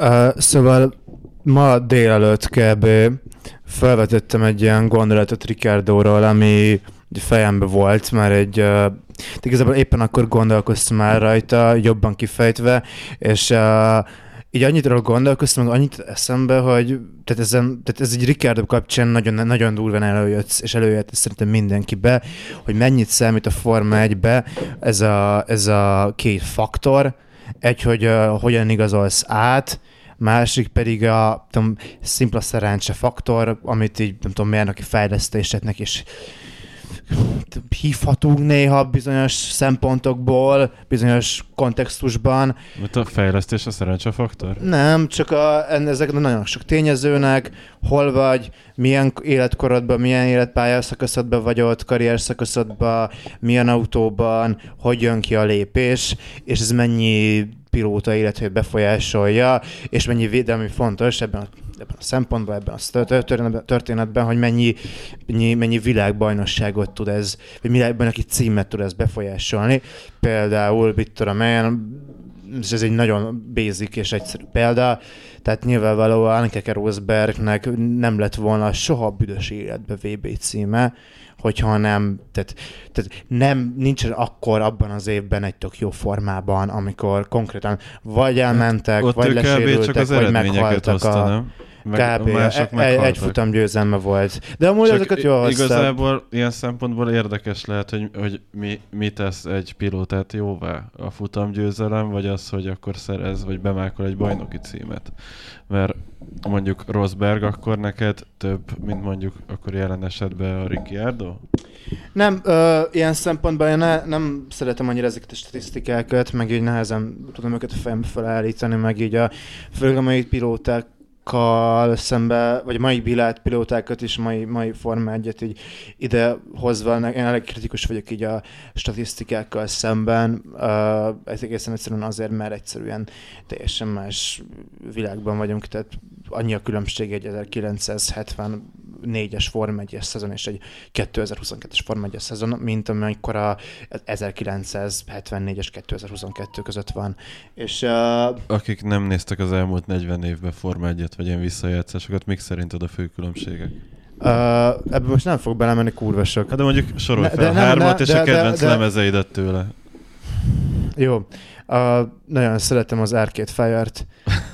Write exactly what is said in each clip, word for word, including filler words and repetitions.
Uh, szóval ma délelőtt kb. Felvetettem egy ilyen gondolatot Ricciardóról, ami fejembe volt, már egy... Uh, igazából éppen akkor gondolkoztam már rajta, jobban kifejtve, és uh, így annyiról gondolkoztam, meg annyit eszembe, hogy tehát, ezen, tehát ez egy Ricciardo kapcsán nagyon, nagyon durván előjött, és előjött szerintem mindenkibe, hogy mennyit számít a Forma egybe ez a, ez a két faktor. Egy, hogy uh, hogyan igazolsz át, másik pedig a tudom, szimpla szerencse faktor, amit így nem tudom, mérnöki fejlesztéseknek is hívhatunk néha bizonyos szempontokból, bizonyos kontextusban. Mit a fejlesztés a szerencsefaktor? Nem, csak a, ezek nagyon sok tényezőnek, hol vagy, milyen életkorodban, milyen életpályaszakaszodban vagy ott, karrierszakaszodban, milyen autóban, hogy jön ki a lépés, és ez mennyi pilóta életét befolyásolja, és mennyi védelmi fontos ebben a, ebben a szempontban, ebben a történetben, hogy mennyi, mennyi, mennyi világbajnokságot tud ez, vagy világban aki címet tud ez befolyásolni. Például, mit tudom én, ez egy nagyon basic és egyszerű példa, tehát nyilvánvalóan Keke Rosbergnek nem lett volna soha büdös életbe vé bé címe, hogyha nem, tehát, tehát nem, nincsen akkor abban az évben egy tök jó formában, amikor konkrétan vagy elmentek, ott vagy lesérültek, vagy meghaltak hozta, a... nem? Kb. Egy, egy futam győzelme volt. De amúgy ezeket jól hozták. Igazából ilyen szempontból érdekes lehet, hogy, hogy mi, mi tesz egy pilótát jóvá. A futamgyőzelem, vagy az, hogy akkor szerez, vagy bemákol egy bajnoki címet. Mert mondjuk Rosberg akkor neked több, mint mondjuk akkor jelen esetben a Ricciardo? Nem, ö, ilyen szempontból én ne, nem szeretem annyira ezeket a statisztikákat, meg így nehezen tudom őket a fejembe felállítani, meg így a főleg a mai pilóták szembe, vagy mai világpilótákat is, mai, mai Forma egyet így ide hozva, én elég kritikus vagyok így a statisztikákkal szemben, uh, ez egészen egyszerűen azért, mert egyszerűen teljesen más világban vagyunk, tehát annyi a különbség egy ezerkilencszázhetvennégyes Forma egyes szezon és egy kétezer-huszonkettes Forma egyes szezon, mint amikor a ezerkilencszázhetvennégyes kétezer-huszonkettő között van. És, uh, akik nem néztek az elmúlt negyven évben Forma egyet, vagy ilyen visszajátszásokat, mik szerinted a fő különbségek? Uh, ebben most nem fog belemenni kurva sok. Hát de mondjuk sorolj fel a hármat, és de, a kedvenc de, de, lemezeidet tőle. Jó. Uh, nagyon szeretem az Arcade Fire-t.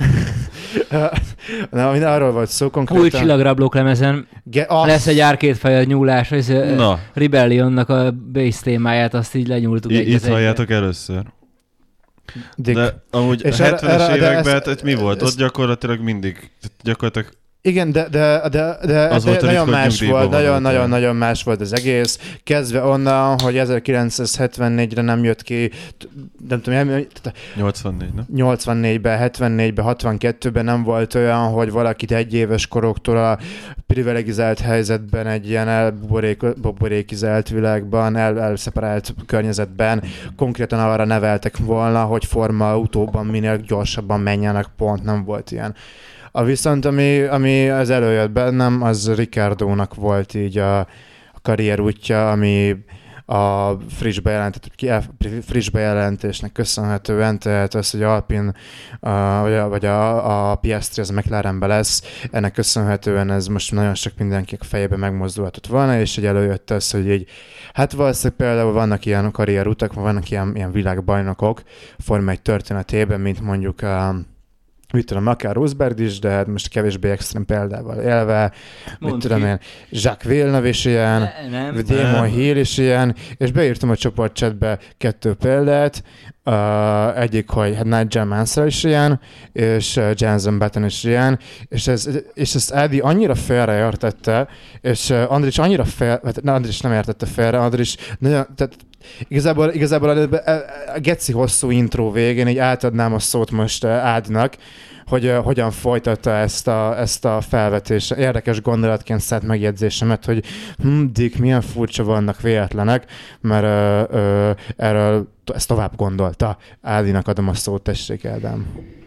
Na, arról volt szó konkrétan. Új csillagrablók lemezen Ge- lesz egy Arcade Fire nyúlás, ez a Rebellionnak a base témáját, azt így lenyúltuk. I- itt halljátok először. Dick. De amúgy és a hetvenes erre, években ez, ez, mi volt? Ez, ott gyakorlatilag mindig, gyakorlatilag igen, de, de, de, de, de nagyon más volt, nagyon-nagyon más volt az egész. Kezdve onnan, hogy ezerkilencszázhetvennégyre nem jött ki, nem tudom, nyolcvannégy, nem? nyolcvannégyben, hetvennégyben, hatvankettőben nem volt olyan, hogy valakit egy éves koroktól a privilegizált helyzetben, egy ilyen elbuborékizált világban, el, elszeparált környezetben konkrétan arra neveltek volna, hogy forma autóban minél gyorsabban menjenek, pont nem volt ilyen. A viszont, ami, ami az előjött bennem, az Ricciardónak volt így a, a karrier útja, ami a friss, bejelentett, friss bejelentésnek köszönhetően, tehát az, hogy Alpine a, vagy, a, vagy a, a Piastri az McLarenben lesz, ennek köszönhetően ez most nagyon sok mindenkinek fejében megmozdulhatott volna, és hogy előjött az, hogy így, hát valószínűleg például vannak ilyen karrierutak, vannak ilyen, ilyen világbajnokok Forma egy történetében, mint mondjuk a mit tudom, akár Rosberg is, de hát most kevésbé extrém példával élve, Mondd mit tudom én, Jacques Villeneuve is ilyen, Damon Hill is ilyen, és beírtam a csoportchatbe kettő példát, uh, egyik, hogy hát Nigel Mansell is ilyen, és uh, Jenson Button is ilyen, és, ez, és ezt Adi annyira félreértette, és uh, Andris annyira fél, hát Andris nem értette félre, Andris nagyon, tehát Igazából, igazából a, a, a geci hosszú intro végén így átadnám a szót most Ádnak, hogy uh, hogyan folytatta ezt a, ezt a felvetést, érdekes gondolatként szállt megjegyzésemet, hogy hm, Dick, milyen furcsa vannak véletlenek, mert uh, uh, erről ezt tovább gondolta. Ádinak adom a szót, tessék, Ádám.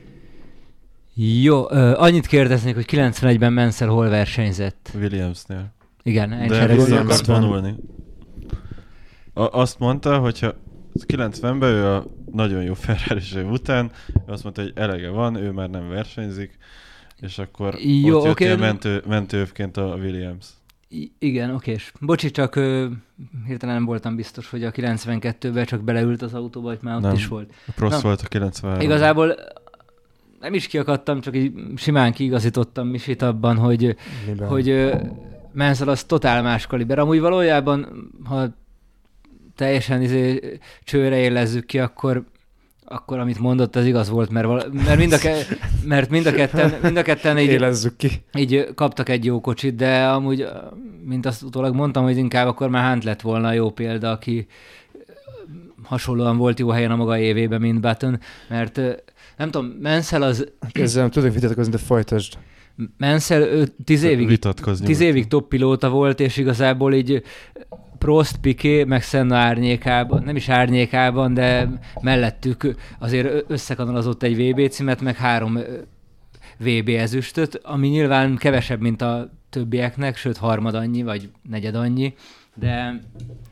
Jó, uh, annyit kérdeznék, hogy kilencvenegyben Mansell hol versenyzett? Williamsnél. Igen, én de vissza akart vonulni. A, azt mondta, hogyha kilencvenben ő a nagyon jó Ferrari után, ő azt mondta, hogy elege van, ő már nem versenyzik, és akkor jó, ott jött okay. ilyen mentő, mentőövként a Williams. I- igen, okés. Bocsi, csak ö, hirtelen nem voltam biztos, hogy a kilencvenkettőben csak beleült az autóba, hogy már ott nem, is volt. Prost volt a kilencvenhárom. Igazából nem is kiakadtam, csak így simán kiigazítottam Misit abban, hogy, hogy Mansell az totál más kaliber. Amúgy valójában, ha teljesen izé, csőre élezzük ki, akkor, akkor amit mondott, az igaz volt, mert, vala, mert, mind, a ke, mert mind a ketten, mind a ketten így, élezzük ki. így kaptak egy jó kocsit, de amúgy, mint azt utólag mondtam, hogy inkább akkor már Hunt lett volna a jó példa, aki hasonlóan volt jó helyen a maga évében, mint Button, mert nem tudom, Mansell az... Ezzel nem tudok vitatkozni, de folytasd. Mansell tíz évig, tíz évig top pilóta volt, és igazából így Prost, Piquet, meg Senna árnyékában, nem is árnyékában, de mellettük azért összekanalazott egy vé bé címet, meg három vé bé ezüstöt, ami nyilván kevesebb, mint a többieknek, sőt harmad annyi, vagy negyed annyi, de...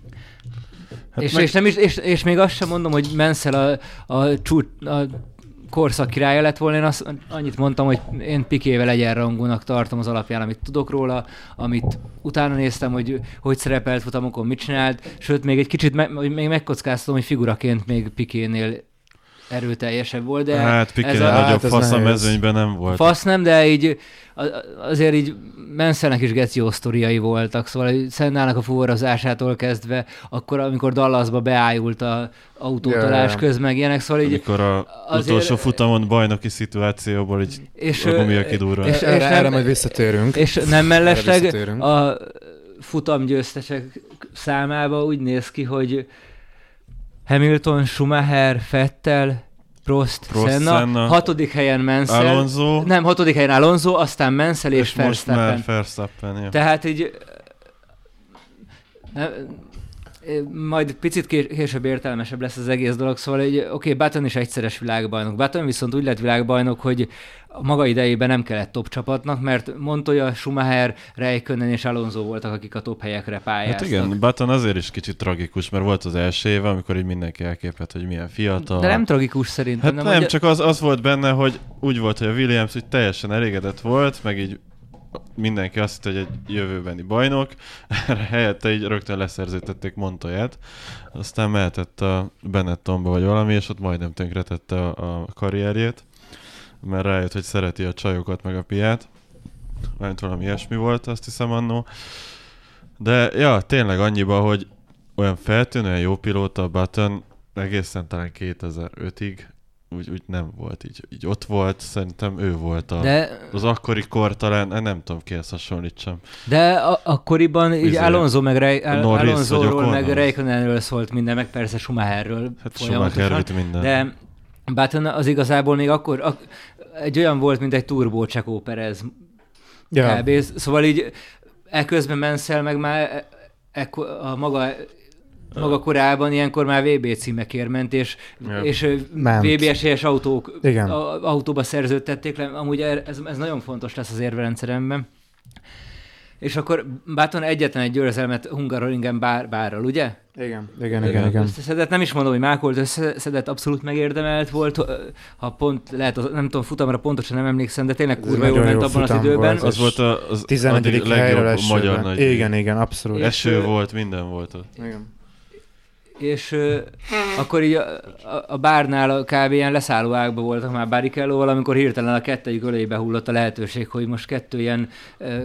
Hát és, meg... és, nem is, és, és még azt sem mondom, hogy Mansell a, a, csúcs, a korszak királya lett volna, én azt, annyit mondtam, hogy én Piquével egyenrangúnak tartom az alapján, amit tudok róla, amit utána néztem, hogy hogy szerepelt futamokon, mit csinált, sőt, még egy kicsit me- még megkockáztam, hogy figuraként még Piquénél erőteljesebb volt, de... Hát Piquénél nagyobb hát fasz a mezőnyben nem volt. Fasz nem, de így azért így Mansellnek is geci jó sztoriai voltak, szóval Sennának a fuvarozásától kezdve, akkor, amikor Dallasba beájult a autótolás yeah. közben, meg ilyenek, szóval így... Amikor az azért... utolsó futamon bajnoki szituációból így és, a gumia kidurva. És, és erre, nem, erre majd visszatérünk. És nem mellesleg a futamgyőztesek számába úgy néz ki, hogy Hamilton, Schumacher, Vettel, Prost, Prost Senna, Senna, hatodik helyen Mansell, Alonso, nem, hatodik helyen Alonso, aztán Mansell és, és Verstappen. Most már Verstappen, ja. Tehát így ne, majd picit később értelmesebb lesz az egész dolog, szóval oké, okay, Button is egyszeres világbajnok. Button viszont úgy lett világbajnok, hogy a maga idejében nem kellett top csapatnak, mert Montoya, Schumacher, Räikkönen és Alonso voltak, akik a top helyekre pályáztak. Hát igen, Button azért is kicsit tragikus, mert volt az első éve, amikor így mindenki elképett, hogy milyen fiatal. De nem tragikus szerintem. Hát nem, nem, hogy... csak az, az volt benne, hogy úgy volt, hogy a Williams úgy teljesen elégedett volt, meg így mindenki azt hitte, hogy egy jövőbeni bajnok, helyette így rögtön leszerződtették Montoyát, aztán mehetett a Benettonba vagy valami, és ott majdnem tönkretette a, a karrierjét, mert rájött, hogy szereti a csajokat meg a piát, mert valami ilyesmi volt, azt hiszem annó. De ja, tényleg annyiba, hogy olyan feltűnően jó pilóta Button egészen talán kétezer-ötig, Úgy, úgy nem volt, így, így ott volt, szerintem ő volt a, de... az akkori kor talán, nem tudom kihez hasonlítsam. De a, akkoriban így Alonso meg Rej, Alonsoról meg Räikkönenről szólt minden, meg persze Schumacherről hát folyamatosan, minden. De Button az igazából még akkor a, egy olyan volt, mint egy Turbo Checo Perez. Yeah. Kb. Szóval így eközben Mansell meg már e, a maga Maga korában ilyenkor már vé bé címekért ment, és, yep. és vé bé esélyes autók, a, autóba szerződtették le. Amúgy ez, ez nagyon fontos lesz az érvrendszeremben. És akkor Button egyetlen egy győzelmet Hungaroringen bár, bárral, ugye? Igen, igen, igen. igen. Összeszedett, nem is mondom, hogy mákolt, összeszedett, abszolút megérdemelt volt. Ha pont, lehet, az, nem tudom, futamra pontosan nem emlékszem, de tényleg kurva jól ment abban az időben. Volt, az volt az tizenegyedik legjobb magyar nagy. Igen, igen, abszolút. Eső volt, minden volt ott. Igen. És uh, akkor így a, a, a bárnál kb. Ilyen leszálló ágba voltak már Barrichello-val, amikor hirtelen a kettőjük ölébe hullott a lehetőség, hogy most kettő ilyen uh,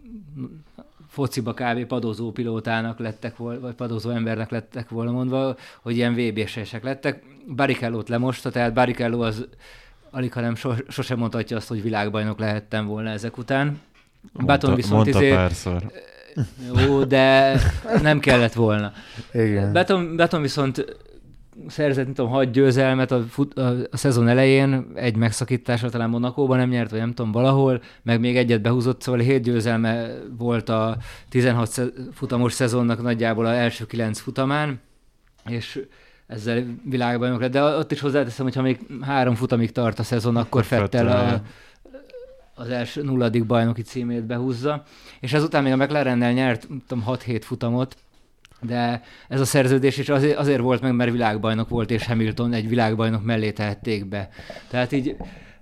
fociba kb. Padozó pilótának lettek volna, vagy padozó embernek lettek volna mondva, hogy ilyen vé bé-sesek lettek. Barrichello-t lemosta, tehát Barrichello az alig, hanem so, sosem mondhatja azt, hogy világbajnok lehettem volna ezek után. Mondta, viszont mondta izé, párszor. Jó, de nem kellett volna. Igen. Button, Button viszont szerzett, nem tudom, hat győzelmet a, fut, a, a szezon elején, egy megszakítással, talán Monacóban nem nyert, vagy nem tudom, valahol, meg még egyet behúzott, szóval hét győzelme volt a tizenhat futamos szezonnak nagyjából az első kilenc futamán, és ezzel világbajnok lett. De ott is hozzáteszem, hogy ha még három futamig tart a szezon, akkor Vettel a az első nulladik bajnoki címét behúzza, és ezután még a McLarennel nyert, tudom, hat-hét futamot, De ez a szerződés is azért, azért volt meg, mert világbajnok volt, és Hamilton egy világbajnok mellé tehették be. Tehát így...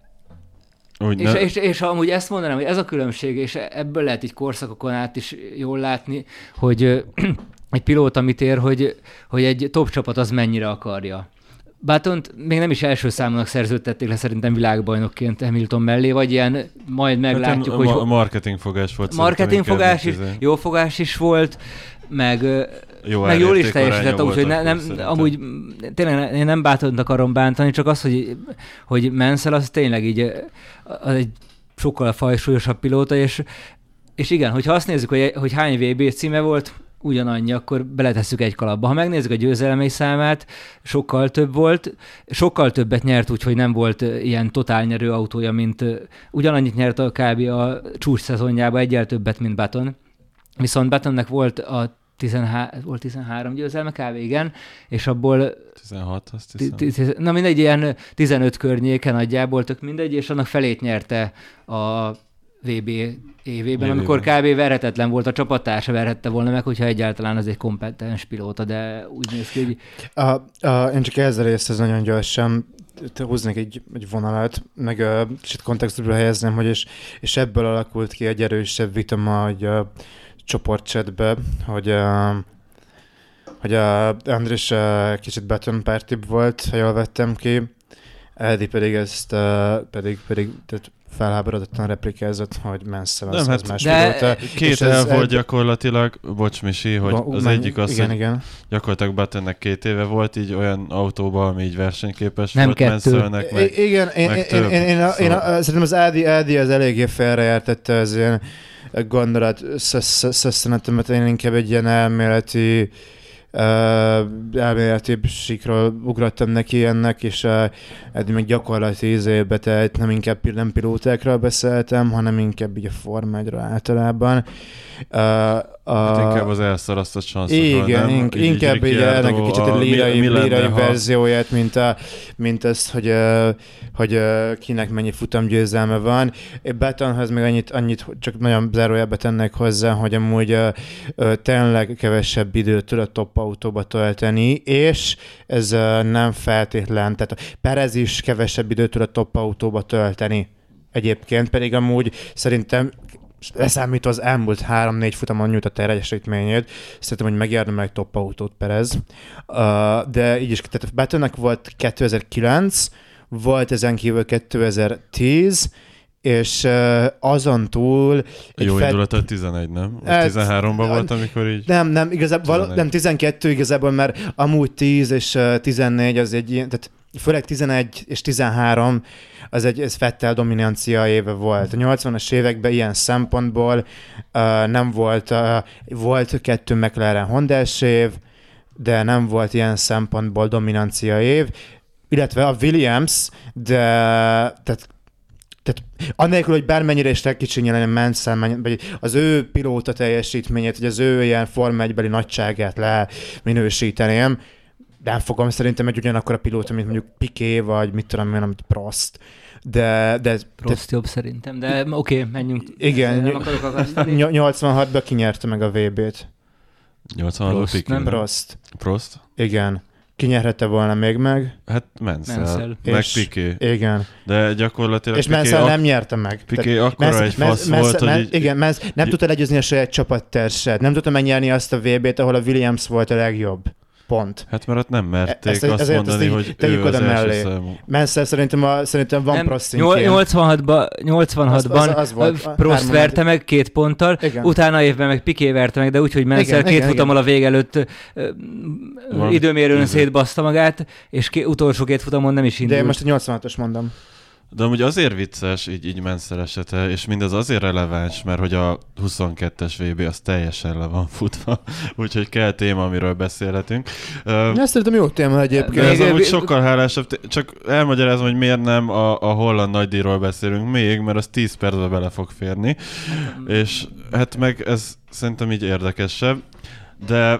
És, és, és amúgy ezt mondanám, hogy ez a különbség, és ebből lehet így korszakokon át is jól látni, hogy egy pilóta mit ér, hogy, hogy egy top csapat az mennyire akarja. Buttont még nem is első számúnak szerződtették le szerintem világbajnokként Hamilton mellé, vagy ilyen, majd meglátjuk, hát, hogy... A marketingfogás volt. Marketingfogás is, jó fogás is volt, meg, jó meg jól is teljesített, úgyhogy ne, nem, amúgy tényleg én nem Buttont akarom bántani, csak az, hogy, hogy Mansell az tényleg így az egy sokkal fajsúlyosabb pilóta, és, és igen, hogyha azt nézzük, hogy, hogy hány vé bé címe volt, ugyanannyi, akkor beletesszük egy kalapba. Ha megnézzük a győzelmei számát, sokkal több volt, sokkal többet nyert, úgyhogy nem volt ilyen totálnyerő autója, mint ugyanannyit nyert a kb. A csúcs szezonjában, egyel többet, mint Button. Viszont Buttonnek volt a tizenhárom, volt tizenhárom győzelme kb. Igen, és abból tizenhat, azt hiszem. Na mindegy, ilyen tizenöt környéken nagyjából, tök mindegy, és annak felét nyerte a vé bé évében, amikor kb. Verhetetlen volt, a csapattársa verhette volna meg, hogyha egyáltalán az egy kompetens pilóta, de úgy néz ki, hogy... A, a, én csak ezzel részt nagyon gyorsan húznék egy, egy vonalat, meg a kicsit kontextusba helyezném, hogy és, és ebből alakult ki egy erősebb vita ma hogy a csoportchatbe, hogy a, hogy a Andris kicsit Button pártibb volt, ha jól vettem ki, Edi pedig ezt pedig, pedig tehát felháborodottan replikázott, hogy Mansell az, nem, az más de pilóta. Két el volt gyakorlatilag, bocs Misi, hogy Ba, az men, egyik az, igen, hogy igen. gyakorlatilag Buttonnek két éve volt így olyan autóban, ami így versenyképes nem volt Mansellnek, meg, I- igen, én, meg én, több. Én, én, én, szóval... én szerintem az Ádi, Ádi az eléggé félreértette az ilyen gondolat szösszenetemet, én inkább egy ilyen elméleti Uh, elméleti síkról ugrottam neki ennek, és uh, eddig meg gyakorlati ízébe, tehát nem inkább nem pilótákról beszéltem, hanem inkább így a Forma egyről általában. Uh, a... Hát inkább az elszarasztott sanszokról, igen, nem? Ink- így inkább így ennek egy kicsit a lírai, mi, mi lírai lenne, verzióját, ha... mint, a, mint azt, hogy, uh, hogy uh, kinek mennyi futamgyőzelme van. Buttonhoz még annyit, annyit csak nagyon zárójelbe tennék hozzá, hogy amúgy uh, uh, tényleg kevesebb időt tud a top autóba tölteni, és ez uh, nem feltétlen, tehát Perez is kevesebb időt tud a top autóba tölteni. Egyébként pedig amúgy szerintem leszámítva az elmúlt három-négy futamon nyújtott el egyesítményét, szerintem, hogy megérdemel egy top autót Perez. Uh, de így is, tehát Buttonnek volt kétezer-kilenc, volt ezen kívül kétezer-tíz, és uh, azon túl... Jó fel... indulat a tizenegy, nem? Ez... tizenháromban volt, amikor így... Nem, nem, igazából, nem tizenkettő igazából, mert amúgy tíz és uh, tizennégy az egy ilyen, tehát főleg tizenegy és tizenhárom az egy ez Vettel dominancia éve volt. A nyolcvanas években ilyen szempontból uh, nem volt, uh, volt kettő McLaren Hondás év, de nem volt ilyen szempontból dominancia év, illetve a Williams, de tehát Tehát annélkül, hogy bármennyire is legkicsinyelni Mansell, vagy az ő pilóta teljesítményét, vagy az ő ilyen Forma egybeli nagyságát leminősíteném, nem fogom szerintem egy ugyanakkor a pilóta, mint mondjuk Piqué, vagy mit tudom én, amit Prost. De, de, Prost de, jobb szerintem, de oké, okay, menjünk. Igen, nem akarok akasztani. nyolcvanhatban kinyerte meg a vé bét. nyolcvanhatban Piqué? Nem Prost. Prost? Igen. Ki nyerhette volna még meg? Hát Mansell, Mansell. meg És, Piqué. Igen. De gyakorlatilag és Mansell ak- nem nyerte meg. Piqué akkora egy fasz volt, Mansell, hogy így... Igen, Mansell nem tudta legyőzni a saját csapattársát. Nem tudta megnyerni azt a vé bét, ahol a Williams volt a legjobb. Pont. Hát mert ott nem merték ezt, azt mondani, ezt hogy ő az első számú. Mansell szerintem, a, szerintem van Prost szintjén. nyolcvanhatban, nyolcvanhatban az, az, az Prost verte meg két ponttal, igen. Utána évben meg Piqué verte meg, de úgy, hogy Mansell igen, két igen, futammal igen. a vég előtt uh, időmérőn szétbaszta magát, és ké, utolsó két futamon nem is indult. De én most a nyolcvanhatos mondom. De amúgy azért vicces, így, így Mansell esete, és mindez azért releváns, mert hogy a huszonkettes vé bé az teljesen le van futva, úgyhogy kell téma, amiről beszélhetünk. Uh, Ezt szerintem jó téma egyébként. Ez amúgy sokkal hálásabb, csak elmagyarázom, hogy miért nem a, a holland nagydíjról beszélünk még, mert az tíz percbe bele fog férni, és hát meg ez szerintem így érdekesebb, de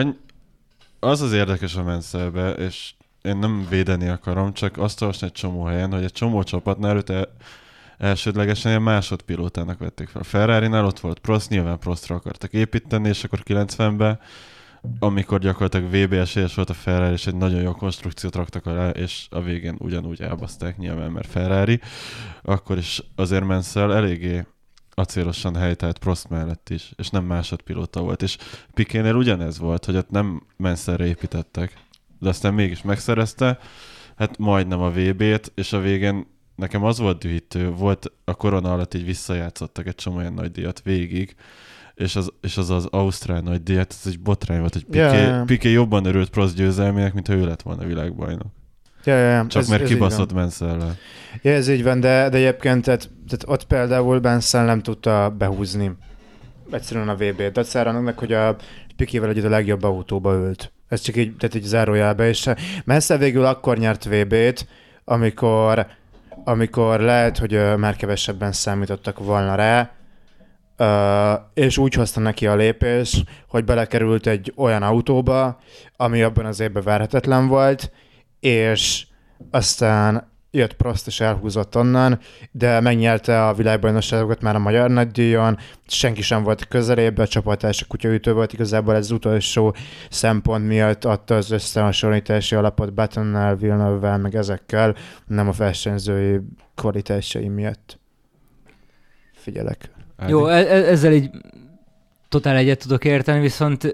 az az érdekes a Mansellbe, és én nem védeni akarom, csak azt olvasni egy csomó helyen, hogy egy csomó csapatnál őt el, elsődlegesen ilyen másodpilótának vették fel. A Ferrari-nál ott volt Prost, nyilván Prostra akartak építeni, és akkor kilencvenben amikor gyakorlatilag vé bé esélyes volt a Ferrari, és egy nagyon jó konstrukciót raktak alá, és a végén ugyanúgy elbaszták nyilván, mert Ferrari, akkor is azért Mansell eléggé acélosan helytált Prost mellett is, és nem másodpilóta volt. És Piquénél ugyanez volt, hogy ott nem Mansellre építettek, de aztán mégis megszerezte, hát majdnem a vé bét, és a végén nekem az volt dühítő, volt a korona alatt így visszajátszottak egy csomó olyan nagy díjat végig, és az és az, az Ausztrál nagy díjat, ez egy botrány volt, hogy Piqué, yeah, yeah. Piqué jobban örült Prost győzelmének, mint ha ő lett volna világbajnok. Yeah, yeah, Csak ez, mert ez kibaszott Mansell-el. Ja, ez így van, de, de egyébként tehát, tehát ott például Mansell nem tudta behúzni egyszerűen a vé bét. Dacára annak, hogy a Piquével együtt a legjobb autóba ült. Ez csak így, tehát így zárójelbe, és Mansell végül akkor nyert vé bét, amikor, amikor lehet, hogy már kevesebben számítottak volna rá, Uh, és úgy hozta neki a lépés, hogy belekerült egy olyan autóba, ami abban az évben verhetetlen volt, és aztán jött Prost és elhúzott onnan, de megnyerte a világbajnokságokat már a magyar nagydíjon, senki sem volt közelébe, a csapatás a kutyaütő volt, igazából ez az utolsó szempont miatt adta az összehasonlítási alapot Buttonnal, Villeneuve-vel, meg ezekkel, nem a versenyzői kvalitásai miatt. Figyelek. Jó, ezzel így totál egyet tudok érteni, viszont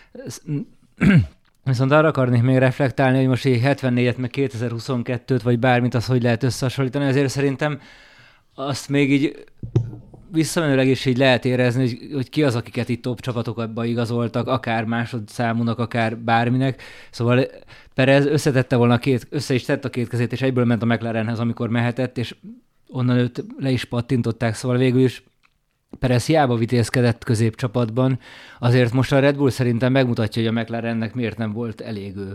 viszont arra akarnék még reflektálni, hogy most így hetvennégyet, meg kétezer-huszonkettőt, vagy bármit, az hogy lehet összehasonlítani, ezért szerintem azt még így visszamenőleg is így lehet érezni, hogy, hogy ki az, akiket itt top csapatokba igazoltak, akár másodszámúnak, akár bárminek. Szóval Perez összetette volna a két, össze is tett a két kezét, és egyből ment a McLarenhez, amikor mehetett, és onnan őt le is pattintották, szóval végül is Perez hiába vitézkedett középcsapatban, azért most a Red Bull szerintem megmutatja, hogy a McLarennek miért nem volt elégő.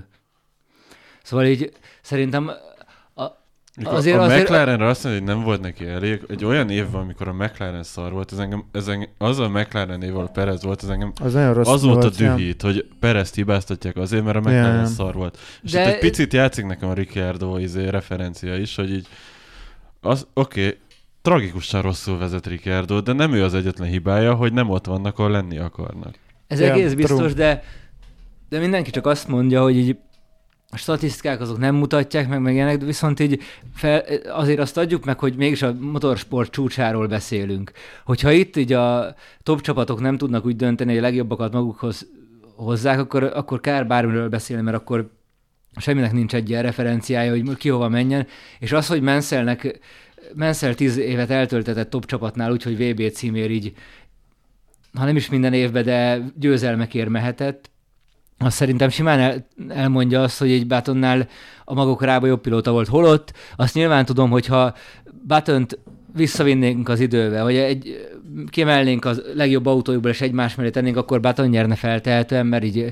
Szóval így szerintem a, azért... A, a McLarenre azt mondja, hogy nem volt neki elég. Egy olyan év van, amikor a McLaren szar volt, ez engem, ez engem, az a McLaren év, ahol Perez volt, ez engem az azóta dühít, ja. hogy Perezt hibáztatják azért, mert a McLaren yeah. szar volt. És de... itt egy picit játszik nekem a Ricciardo izé, referencia is, hogy így az, oké, okay, tragikusan rosszul vezet Ricciardo, de nem ő az egyetlen hibája, hogy nem ott vannak, ahol lenni akarnak. Ez yeah, egész biztos, de, de mindenki csak azt mondja, hogy így a statisztikák azok nem mutatják meg, meg ilyenek, de viszont így fel, azért azt adjuk meg, hogy mégis a motorsport csúcsáról beszélünk. Hogyha itt így a top csapatok nem tudnak úgy dönteni, hogy a legjobbakat magukhoz hozzák, akkor, akkor kár bármiről beszélni, mert akkor semminek nincs egy ilyen referenciája, hogy ki hova menjen. És az, hogy Mansellnek Mansell tíz évet eltöltetett top csapatnál, úgyhogy vé bé címér így, ha nem is minden évben, de győzelmekért mehetett, azt szerintem simán el, elmondja azt, hogy egy Buttonnál a maga korában jobb pilóta volt. Holott azt nyilván tudom, hogyha Buttont visszavinnénk az időbe, vagy egy, kiemelnénk a legjobb autójukból, és egymás mellé tennénk, akkor Button nyerne feltehetően, mert így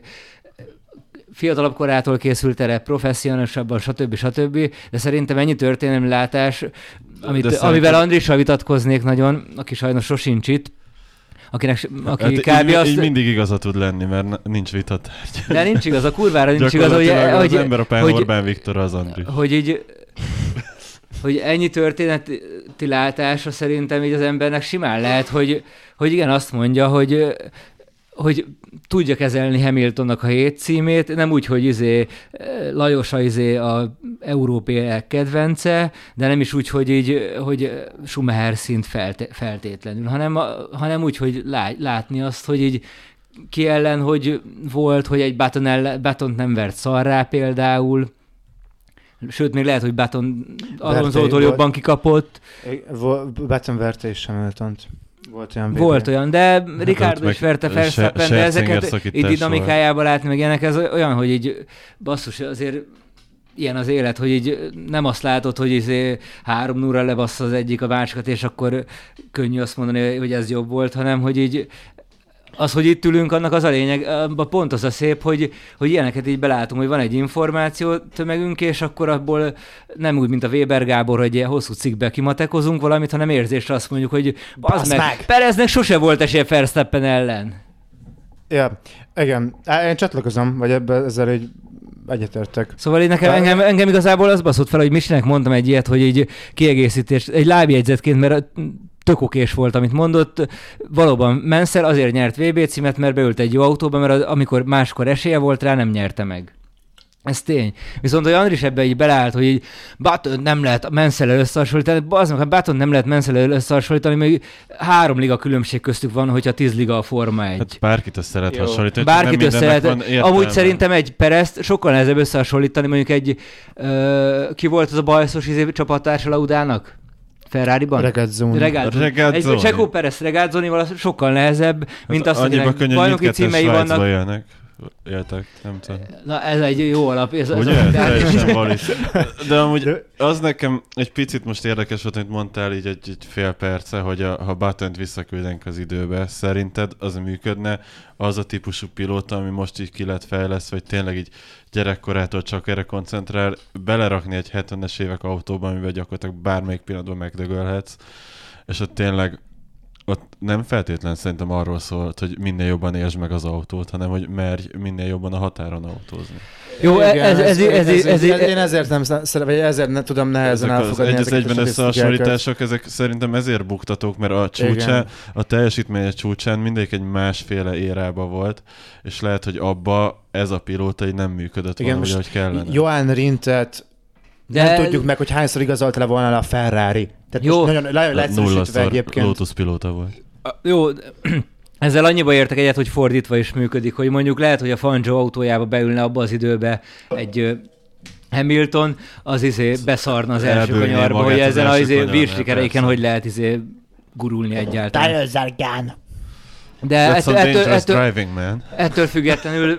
fiatalabb korától készült erre, professzionálisabban, stb. stb. De szerintem ennyi történelmi látás, amit, amivel szerintem... Andrissal vitatkoznék nagyon, aki sajnos sosincs itt, akinek, aki hát kb. Így, azt... így mindig igaza tud lenni, mert nincs vitatárgy. De nincs igaz, a kurvára nincs igaz, hogy... az hogy, ember a pályán Orbán Viktor az Andris. Hogy így... hogy ennyi történeti látása szerintem így az embernek simán lehet, hogy, hogy igen, azt mondja, hogy hogy tudja kezelni Hamiltonnak a hét címét, nem úgy, hogy izé, Lajos a, izé a európai kedvence, de nem is úgy, hogy, így, hogy Schumacher szint felte, feltétlenül, hanem, hanem úgy, hogy lá, látni azt, hogy így ki ellen, hogy volt, hogy egy Button ellen, Buttont nem vert szarrá például, sőt, még lehet, hogy Button Alonso-tól jobban kikapott. Button verte is Hamiltont. Volt olyan, Volt olyan, de Ricardo is verte Verstappen, de ezeket így dinamikájában látni, meg ilyenek, ez olyan, hogy így basszus, azért ilyen az élet, hogy így nem azt látod, hogy így három nulla lebassza az egyik a másikat, és akkor könnyű azt mondani, hogy ez jobb volt, hanem hogy így az, hogy itt ülünk, annak az a lényeg, pont az a szép, hogy, hogy ilyeneket így belátunk, hogy van egy információ tömegünk, és akkor abból nem úgy, mint a Weber Gábor, hogy ilyen hosszú cikkbe kimatekozunk valamit, hanem érzésre azt mondjuk, hogy bazd meg, meg, Pereznek sose volt esélye Verstappen ellen. Ja, igen. Én csatlakozom, vagy ebben ezzel így egyetértek. Szóval én nekem, engem, engem igazából az baszott fel, hogy Michelnek mondtam egy ilyet, hogy így kiegészítés, egy lábjegyzetként, mert tök okés volt, amit mondott. Valóban Mansell azért nyert vé bé címet, mert beült egy jó autóba, mert az, amikor máskor esélye volt rá, nem nyerte meg. Ez tény. Viszont, hogy Andris ebbe így beleállt, hogy így Button nem lehet Mansell-el összehasonlítani, az meg, ha Button nem lehet Mansell-el összehasonlítani, még három liga különbség köztük van, hogyha tíz liga a Forma egy. Hát bárkit össze lehet hasonlítani. Bárkit össze lehet. Amúgy szerintem egy Perezt sokkal nehezebb összehasonlítani, mondjuk egy, ö, ki volt az a bajszos izé, csapattársa Laudának? Ferrari-ban? Regazzoni. Regazzoni. Egy Checo Perez Regazzonival sokkal nehezebb, mint hát azt, akinek bajnoki címei vannak. Élnek. Éltek, nem tudom. Na ez egy jó alap. Ez ugye? Teljesen valis. De amúgy az nekem egy picit most érdekes volt, amit mondtál így egy, egy fél perce, hogy a, ha Buttont visszaküldenek az időbe, szerinted az működne az a típusú pilóta, ami most így ki lett fejlesztve, vagy tényleg így gyerekkorától csak erre koncentrál, belerakni egy hetvenes évek autóban, amivel gyakorlatilag bármelyik pillanatban megdögölhetsz, és ott tényleg ott nem feltétlen szerintem arról szólt, hogy minél jobban értsd meg az autót, hanem hogy merj minél jobban a határon autózni. Jó, ez, ez, ez, ez, ez, ez, ez, én ezért nem szeretem, vagy ezért nem tudom nehezen ezek elfogadni az ezeket egyben összehasonlítások, ezek szerintem ezért buktatók, mert a csúcsán, a teljesítménye csúcsán mindegyik egy másféle érába volt, és lehet, hogy abba ez a pilóta így nem működött igen, volna, ahogy kellene. Johan Rintet de nem tudjuk meg, hogy hányszor igazolt le volna a Ferrari. Tehát jó. Most nagyon, nagyon leegyszerűsítve egyébként. Lotus pilóta volt. A, jó, ezzel annyiba értek egyet, hogy fordítva is működik, hogy mondjuk lehet, hogy a Fangio autójába beülne abba az időbe egy uh, Hamilton, az izé beszarna az első kanyarba, hogy ezen az izé vírsikereiken hogy lehet izé gurulni egyáltalán. Tájölzárgán! De ettől, ettől, ettől, driving, ettől függetlenül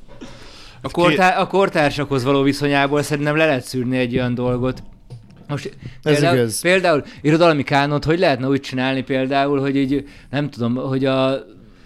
a, kortár, a kortársakhoz való viszonyából szerintem le lehet szűrni egy olyan dolgot. Most például, például irodalmi kánont, hogy lehetne úgy csinálni például, hogy így nem tudom, hogy a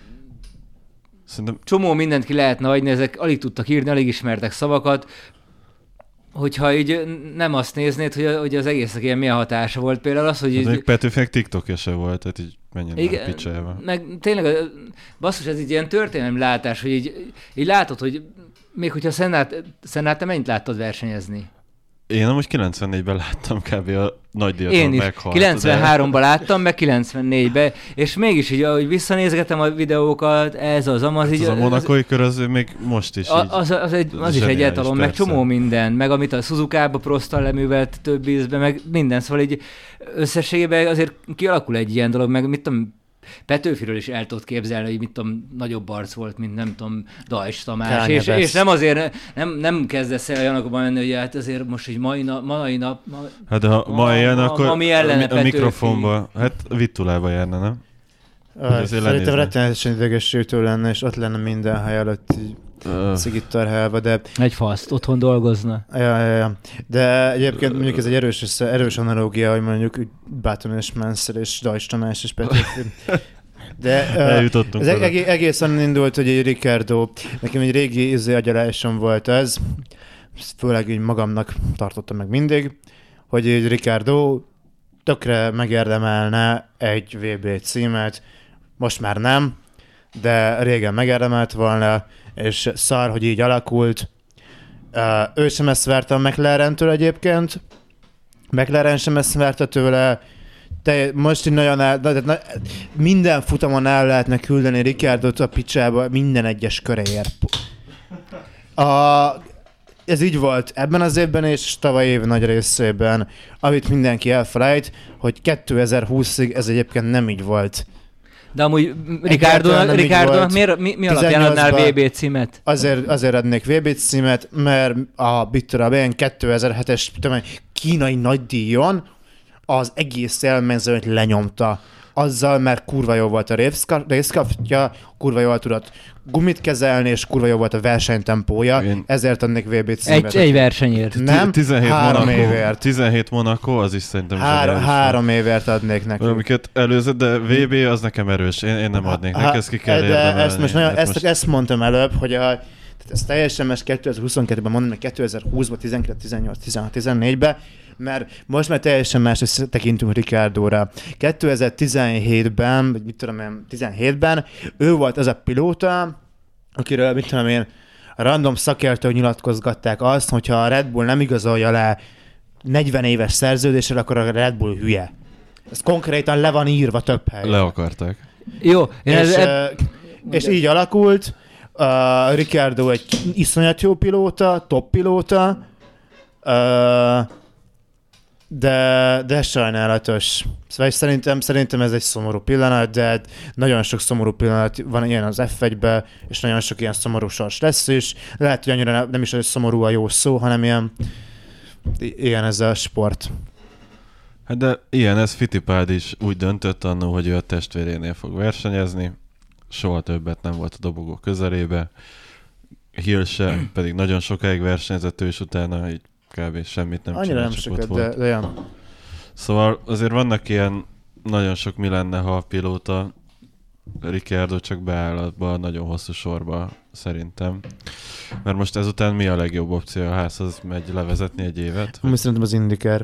szerintem csomó mindent ki lehetne adni, ezek alig tudtak írni, alig ismertek szavakat, hogyha így nem azt néznéd, hogy, hogy az egésznek ilyen milyen hatása volt. Például az, hogy... Hát így... Petőfinek TikTokja se volt, tehát így menjen a picsába. Meg tényleg, basszus, ez így ilyen történelmi látás, hogy így, így látod, hogy még hogyha Szennát, Szennát te mennyit láttad versenyezni? Én amúgy kilencvennégyben láttam kb. A nagy díjaton meghalt. kilencvenháromban láttam, meg kilencvennégyben, és mégis így, ahogy visszanézgetem a videókat, ez az, amaz így... Az a monakói kör az még most is a, így... Az, az, egy, az is egy etalon, meg csomó minden, meg amit a Suzuka-ba Prosttal leművelt több ízbe, meg minden, szóval így összességében azért kialakul egy ilyen dolog, meg mit tudom, Petőfiről is el tudod képzelni, hogy mit tudom, nagyobb arc volt, mint nem tudom, Dajs Tamás, és, és nem azért, nem, nem kezdesz el olyanokban menni, hogy hát azért most így mai nap, mai nap, ma, hát ha ma, ma ilyen, akkor ma, mi ellene a, a mikrofonba, hát Vittulába járna, nem? Uh, szerintem rettenetesen idegesítő lenne, és ott lenne minden hely előtt így uh. cigit tarhálva, de... Egy faszt, otthon dolgozna. Ja, ja, ja. De egyébként mondjuk ez egy erős, erős analógia, hogy mondjuk Button és Mansell és Dajs Tamás és Petőfi. De uh, ez egész, egész onnan indult, hogy egy Ricciardo, nekem egy régi izé agyalásom volt ez, főleg így magamnak tartottam meg mindig, hogy egy Ricciardo tökre megérdemelne egy vé bé címet, most már nem, de régen megérdemelt volna, és szar, hogy így alakult. Uh, ő sem ezt várta a McLarentől egyébként, McLaren sem ezt várta tőle, te most így nagyon el, de, de, minden futamon el lehetne küldeni Ricciardot a picsába minden egyes köréért. A, ez így volt ebben az évben és tavaly év nagy részében, amit mindenki elfelejt, hogy kétezer-húszig ez egyébként nem így volt. De amúgy Ricciardónak, Ricciardónak miért, mi, mi alapján adnál vé bé címet? Azért, azért adnék vé bé címet, mert a Bitterabén kétezer-hetes kínai nagydíjon az egész élmezőnyt lenyomta. Azzal, mert kurva jó volt a részkaftja, kurva jól tudott gumit kezelni, és kurva jó volt a versenytempója, én... ezért adnék vé bé címet. Egy, egy versenyért. Nem, tizenhét három Monaco, évért. tizenhét Monaco, az is szerintem Három, három évért adnék neki. Valamiket előzött, de vé bé az nekem erős, én, én nem adnék neki, ezt ki kell de érdemelni. Ezt, most nagyon, ezt, most... ezt mondtam előbb, hogy a, tehát ez teljesen más kétezer-huszonkettőben mondom, meg kétezer-húszban, tizenkilenc, tizennyolc, tizenhat, tizennégyben, mert most már teljesen más tekintünk Ricciardóra. kétezer-tizenhétben, vagy mit tudom én, tizenhétben ő volt az a pilóta, akiről, mit tudom én, random szakértők nyilatkozgatták azt, hogyha a Red Bull nem igazolja le negyven éves szerződéssel, akkor a Red Bull hülye. Ez konkrétan le van írva több helyen. Le akarták. Jó. És, ez, ez, és így alakult. Uh, Ricciardo egy iszonyat jó pilóta, top pilóta, uh, de, de sajnálatos. Szóval szerintem, szerintem ez egy szomorú pillanat, de nagyon sok szomorú pillanat van ilyen az ef egyben, és nagyon sok ilyen szomorú sors lesz is. Lehet, hogy annyira nem is szomorú a jó szó, hanem ilyen, ilyen ez a sport. Hát de ilyen, ez Fittipaldi is úgy döntött annó, hogy ő a testvérénél fog versenyezni. Soha többet nem volt a dobogó közelébe. Hill se, pedig nagyon sokáig versenyzett ő is utána, így kb. Semmit nem annyira csinál, nem csak ott sokat, volt. de, de olyan. Szóval azért vannak ilyen nagyon sok mi lenne, ha a pilóta Ricciardo csak beáll abba a nagyon hosszú sorba, szerintem. Mert most ezután mi a legjobb opció a házhoz? Megy levezetni egy évet? Mi szerintem az IndyCar.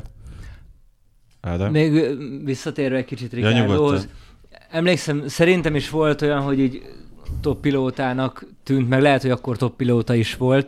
Ádám? Még visszatérve egy kicsit Ja, Ricciardohoz. Emlékszem, szerintem is volt olyan, hogy így top pilótának tűnt, meg lehet, hogy akkor top pilóta is volt.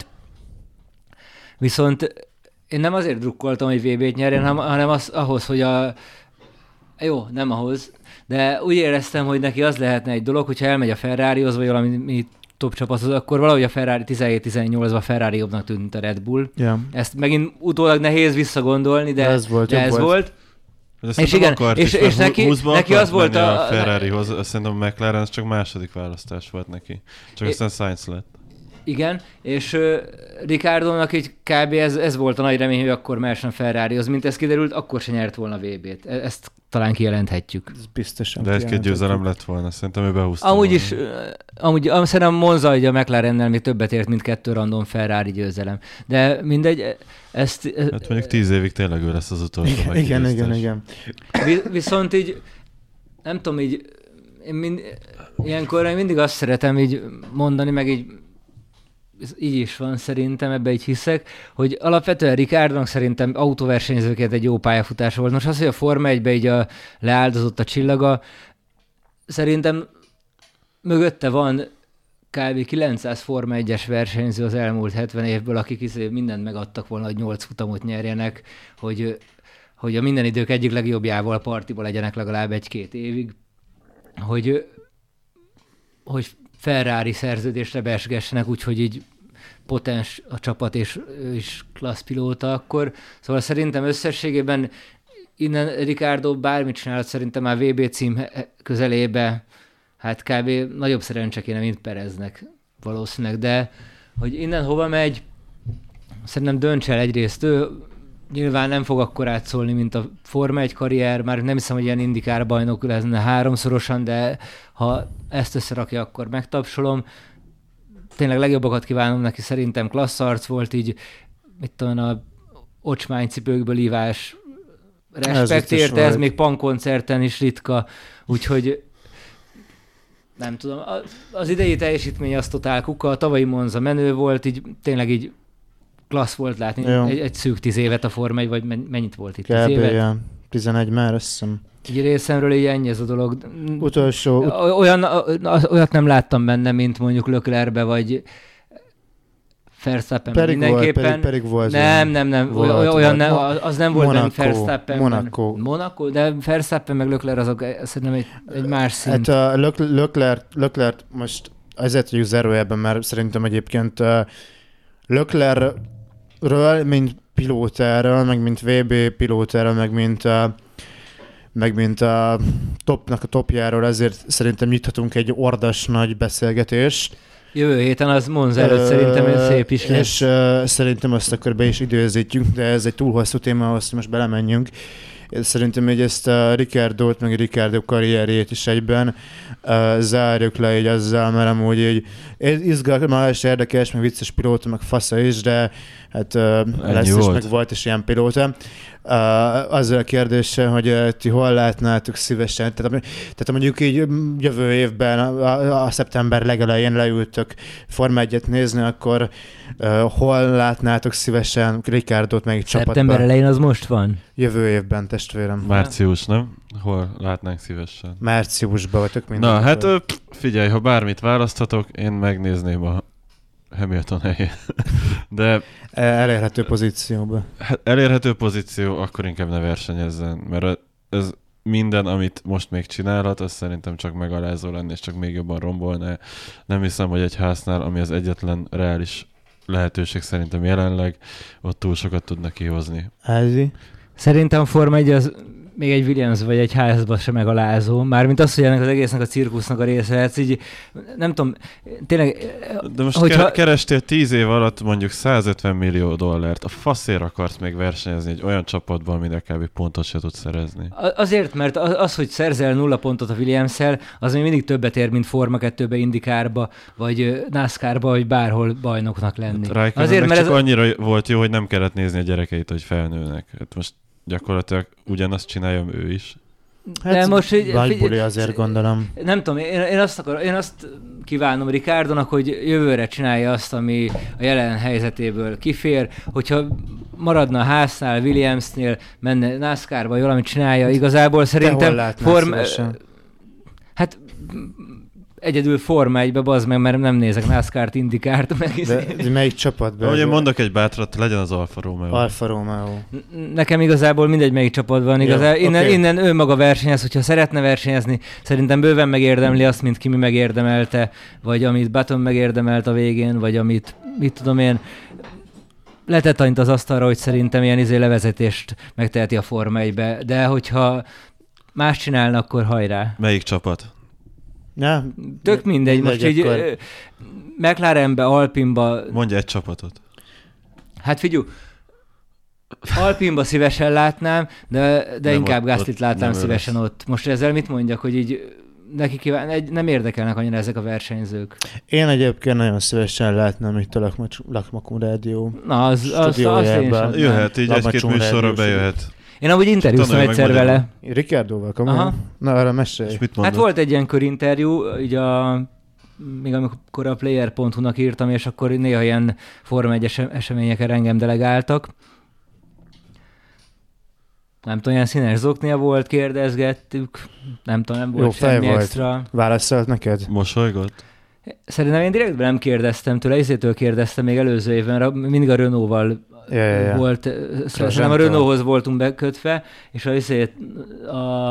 Viszont én nem azért drukkoltam, hogy vé bét nyerjen, hanem az, ahhoz, hogy a... Jó, nem ahhoz, de úgy éreztem, hogy neki az lehetne egy dolog, hogyha elmegy a Ferrarihoz, vagy valami top csapathoz, akkor valahogy a Ferrari tizenhét tizennyolcban a Ferrari jobbnak tűnt a Red Bull. Yeah. Ezt megint utólag nehéz visszagondolni, de, de ez volt. De ez volt. volt. És igen, és, és neki, neki az volt a... a Ferrarihoz, szerintem a McLaren az csak második választás volt neki. Csak é, aztán Sainz lett. Igen, és uh, Ricciardónak így kb. Ez, ez volt a nagy remény, hogy akkor mehessen a Ferrarihoz. Mint ez kiderült, akkor se nyert volna vé bét. Ezt talán kijelenthetjük. Ez biztosan. De egy-két győzelem lett volna, szerintem ő behúzta. Amúgy volna. is, amúgy szerintem Monza, hogy a McLarennel még többet ért, mint kettő random Ferrari győzelem. De mindegy, ezt... Hát mondjuk tíz évig tényleg ő lesz az utolsó. Igen, igen, igen, igen. Viszont így, nem tudom, így, én mind, ilyenkor én mindig azt szeretem így mondani, meg így így is van szerintem, ebbe így hiszek, hogy alapvetően Ricciardónak szerintem autóversenyzőként egy jó pályafutás volt. Most az, hogy a Forma egyben így a, leáldozott a csillaga, szerintem mögötte van kb. kilencszáz Forma egyes versenyző az elmúlt hetven évből, akik mindent megadtak volna, hogy nyolc futamot nyerjenek, hogy, hogy a minden idők egyik legjobbjával partiba legyenek legalább egy-két évig, hogy, hogy Ferrari szerződésre besgessenek, úgyhogy így potens a csapat, és ő is klassz pilóta akkor. Szóval szerintem összességében innen Ricciardo bármit csinált, szerintem már vé bé cím közelébe, hát kb. Nagyobb szerencse kéne, mint Pereznek valószínűleg, de hogy innen hova megy, szerintem dönts el egyrészt ő, nyilván nem fog akkor átszólni, mint a Forma egy karrier, már nem hiszem, hogy ilyen IndyCar bajnok lenne háromszorosan, de ha ezt összerakja, akkor megtapsolom. Tényleg legjobbakat kívánom neki, szerintem klassz arc volt, így mit tudom, a ocsmánycipőkből ívás respekt érte, ez még punkkoncerten is ritka, úgyhogy nem tudom, az idei teljesítmény az totál kuka, a tavalyi Monza menő volt, így tényleg így klassz volt látni egy, egy szűk tíz évet a Forma egy, vagy mennyit volt itt? Tíz évet? Ja, tizenegy már, azt hiszem. Így részemről így ennyi ez a dolog. Utolsó... Ut- Olyan, olyat nem láttam benne, mint mondjuk Leclercbe, vagy Verstappenben pedig mindenképpen. Volt, pedig, pedig volt nem, nem, nem, volt, olyan volt. nem, az nem volt Monaco, benne Verstappenben. Monaco. Monaco, de Verstappen meg Leclerc azok szerintem egy, egy más szint. Hát a Leclerc, Leclerc most azért vagyok zárójelben, mert szerintem egyébként Leclercről, mint pilótáról, meg mint vé bé pilótáról, meg mint a, meg mint a topnak a topjáról, ezért szerintem nyithatunk egy ordas nagy beszélgetést. Jövő héten az Monza előtt uh, szerintem ez szép is lesz. És uh, szerintem azt akkor be is időzítjük, de ez egy túl hosszú téma, ahhoz most belemenjünk. Szerintem hogy ezt a Ricciardót, meg a Ricciardo karrierjét is egyben uh, zárjuk le így azzal, mert amúgy így izgalmas, érdekes, meg vicces pilóta, meg fasza is, de hát uh, lesz is, meg volt is ilyen pilóta. Uh, azzal a kérdéssel, hogy uh, ti hol látnátok szívesen, tehát, tehát mondjuk így jövő évben, a, a szeptember legelején leültök Forma egyet nézni, akkor uh, hol látnátok szívesen Ricciardót meg egy csapatban? Szeptember elején az most van? Jövő évben, testvérem. Március, nem? Hol látnánk szívesen? Márciusban vagyok minden. Na, hát ö, figyelj, ha bármit választhatok, én megnézném a Hamilton helyén. De elérhető pozícióba. Hát elérhető pozíció, akkor inkább ne versenyezzen, mert ez minden, amit most még csinálhat, az szerintem csak megalázó lenne, és csak még jobban rombolná. Nem hiszem, hogy egy háznál, ami az egyetlen reális lehetőség szerintem jelenleg, ott túl sokat tudnak kihozni. Házi? Szerintem a Forma egy az még egy Williams vagy egy házban sem megalázó. Mármint az, hogy ennek az egésznek a cirkusznak a része, hát így nem tudom, tényleg... De most hogyha... kerestél tíz év alatt mondjuk százötven millió dollárt. A faszért akarsz még versenyezni egy olyan csapatban, amire kb. Pontot se tudsz szerezni. Azért, mert az, hogy szerzel nulla pontot a Williams-szel, az még mindig többet ér, mint Forma kettőbe, Indikárba, vagy NASCAR-ba, vagy bárhol bajnoknak lenni. Hát azért, mert csak ez... annyira volt jó, hogy nem kellett nézni a gyerekeit, hogy felnőnek. Hát most gyakorlatilag ugyanazt csináljam ő is. Hát de most így, figy- azért gondolom. Nem tudom, én, én, azt akar, én azt kívánom Ricciardonak, hogy jövőre csinálja azt, ami a jelen helyzetéből kifér, hogyha maradna a háznál, Williamsnél, menne NASCAR-ba, vagy valamit csinálja, igazából szerintem... Form... Hát... Egyedül Forma egybe, bazd meg, mert nem nézek NASCAR-t, Indikárt, meg... De, de melyik csapatban? Ahogy én mondok egy bátrat, legyen az Alfa Romeo. Alfa Romeo. Nekem igazából mindegy, melyik csapatban. Igazán, Jó, innen, okay. innen ő maga versenyez, hogyha szeretne versenyezni, szerintem bőven megérdemli azt, mint Kimi megérdemelte, vagy amit Button megérdemelt a végén, vagy amit, mit tudom én, letett annyit az asztalra, hogy szerintem ilyen izé levezetést megteheti a Forma egybe, de hogyha más csinálna, akkor hajrá. Melyik csapat? Ja, tök mindegy, most így akkor... McLarenbe, Alpinba... Mondj egy csapatot. Hát figyelj, Alpinba szívesen látnám, de, de inkább Gaslyt látnám szívesen lesz. Ott. Most ezzel mit mondjak, hogy így neki kíván, egy, nem érdekelnek annyira ezek a versenyzők. Én egyébként nagyon szívesen látnám itt a Lakmakun Rádió Na, az, az, az én sem. Jöhet, így egy-két műsorra bejöhet. Én amúgy interjúztam egyszer vele. Ricardoval, komolyan? Na, arra mesélj. Hát volt egy ilyen körinterjú, így a, még amikor a player pont hu-nak írtam, és akkor néha ilyen Forma egy eseményeken engem delegáltak. Nem tudom, ilyen színes zoknia volt, kérdezgettük, nem tudom, nem volt Jó, semmi volt. Extra. Válaszolt neked? Mosolygott? Szerintem én direktben nem kérdeztem tőle, ezétől kérdeztem még előző évben, mindig a Renault-val ja, ja, ja. volt, szerintem a Renaulthoz voltunk bekötve, és a, azért a,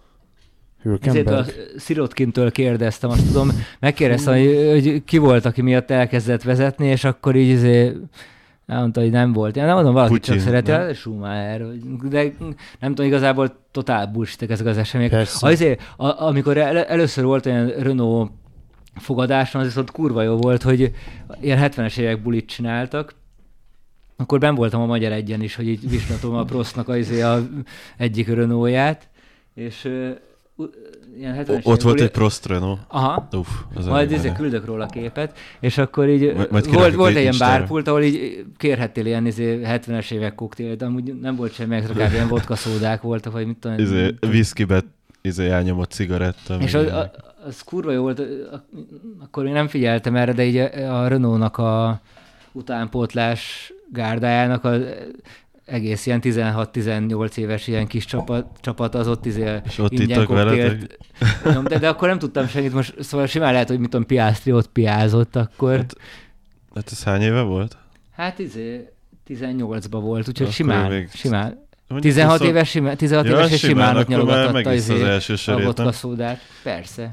azért a Szirotkintől kérdeztem, azt tudom, megkérdeztem, hogy, hogy ki volt, aki miatt elkezdett vezetni, és akkor így azért mondta, hogy nem volt. Én nem mondom, valaki Putin, csak szereti, a Schumacher, de nem tudom, igazából totál bullshit ezek az események. Azért, a, amikor el, először volt olyan Renault fogadáson, az ott kurva jó volt, hogy ilyen hetvenes évek bulit csináltak, akkor benn voltam a Magyar Egyen is, hogy így vizsgatom a Prostnak az a egyik Renault-ját, és uh, ilyen hetvenes Ott volt egy Prost Renault. Aha. Uff, majd izé küldök róla képet, és akkor így majd volt, volt egy ilyen bárpult, ahol így kérhettél ilyen izé hetvenes évek koktélt, de amúgy nem volt semmi extra, kb. Ilyen vodka szódák voltak, vagy mit tudom. Izé, whiskybe izé elnyomott cigaretta. És az, a, az kurva jó volt, akkor én nem figyeltem erre, de így a, a Renault-nak a utánpótlás gárdájának az egész ilyen tizenhat-tizennyolc éves ilyen kis csapat, csapat az ott izé ingyen koktélt. De, de akkor nem tudtam semmit, most szóval simán lehet, hogy mit tudom, Piastri ott piázott akkor. Hát, hát ez hány éve volt? Hát izé tizennyolcban volt, úgyhogy akkor simán, még... simán. tizenhat huszon... éves, simán, tizenhat ja, éves és simán ott nyalogatta az, az a vodka szódát. Persze.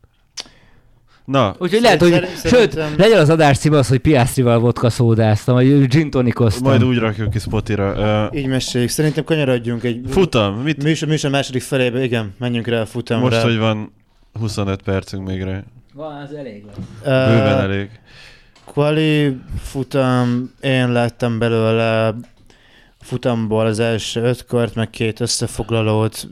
Na. Úgyhogy lehet, hogy, szerintem... sőt, legyen az adás cím az, hogy Piastrival vodka szódáztam, vagy gin tonikoztam. Majd úgy rakjuk ki Spotira. Uh... Így meséljük. Szerintem kanyarodjunk egy... Futam. Mit? Műsor, műsor második felébe, igen, menjünk rá a futamra. Most, hogy van huszonöt percünk még rá. Van, az elég lesz. Uh, Bőven elég. Quali futam, én láttam belőle futamból az első öt kört, meg két összefoglalót.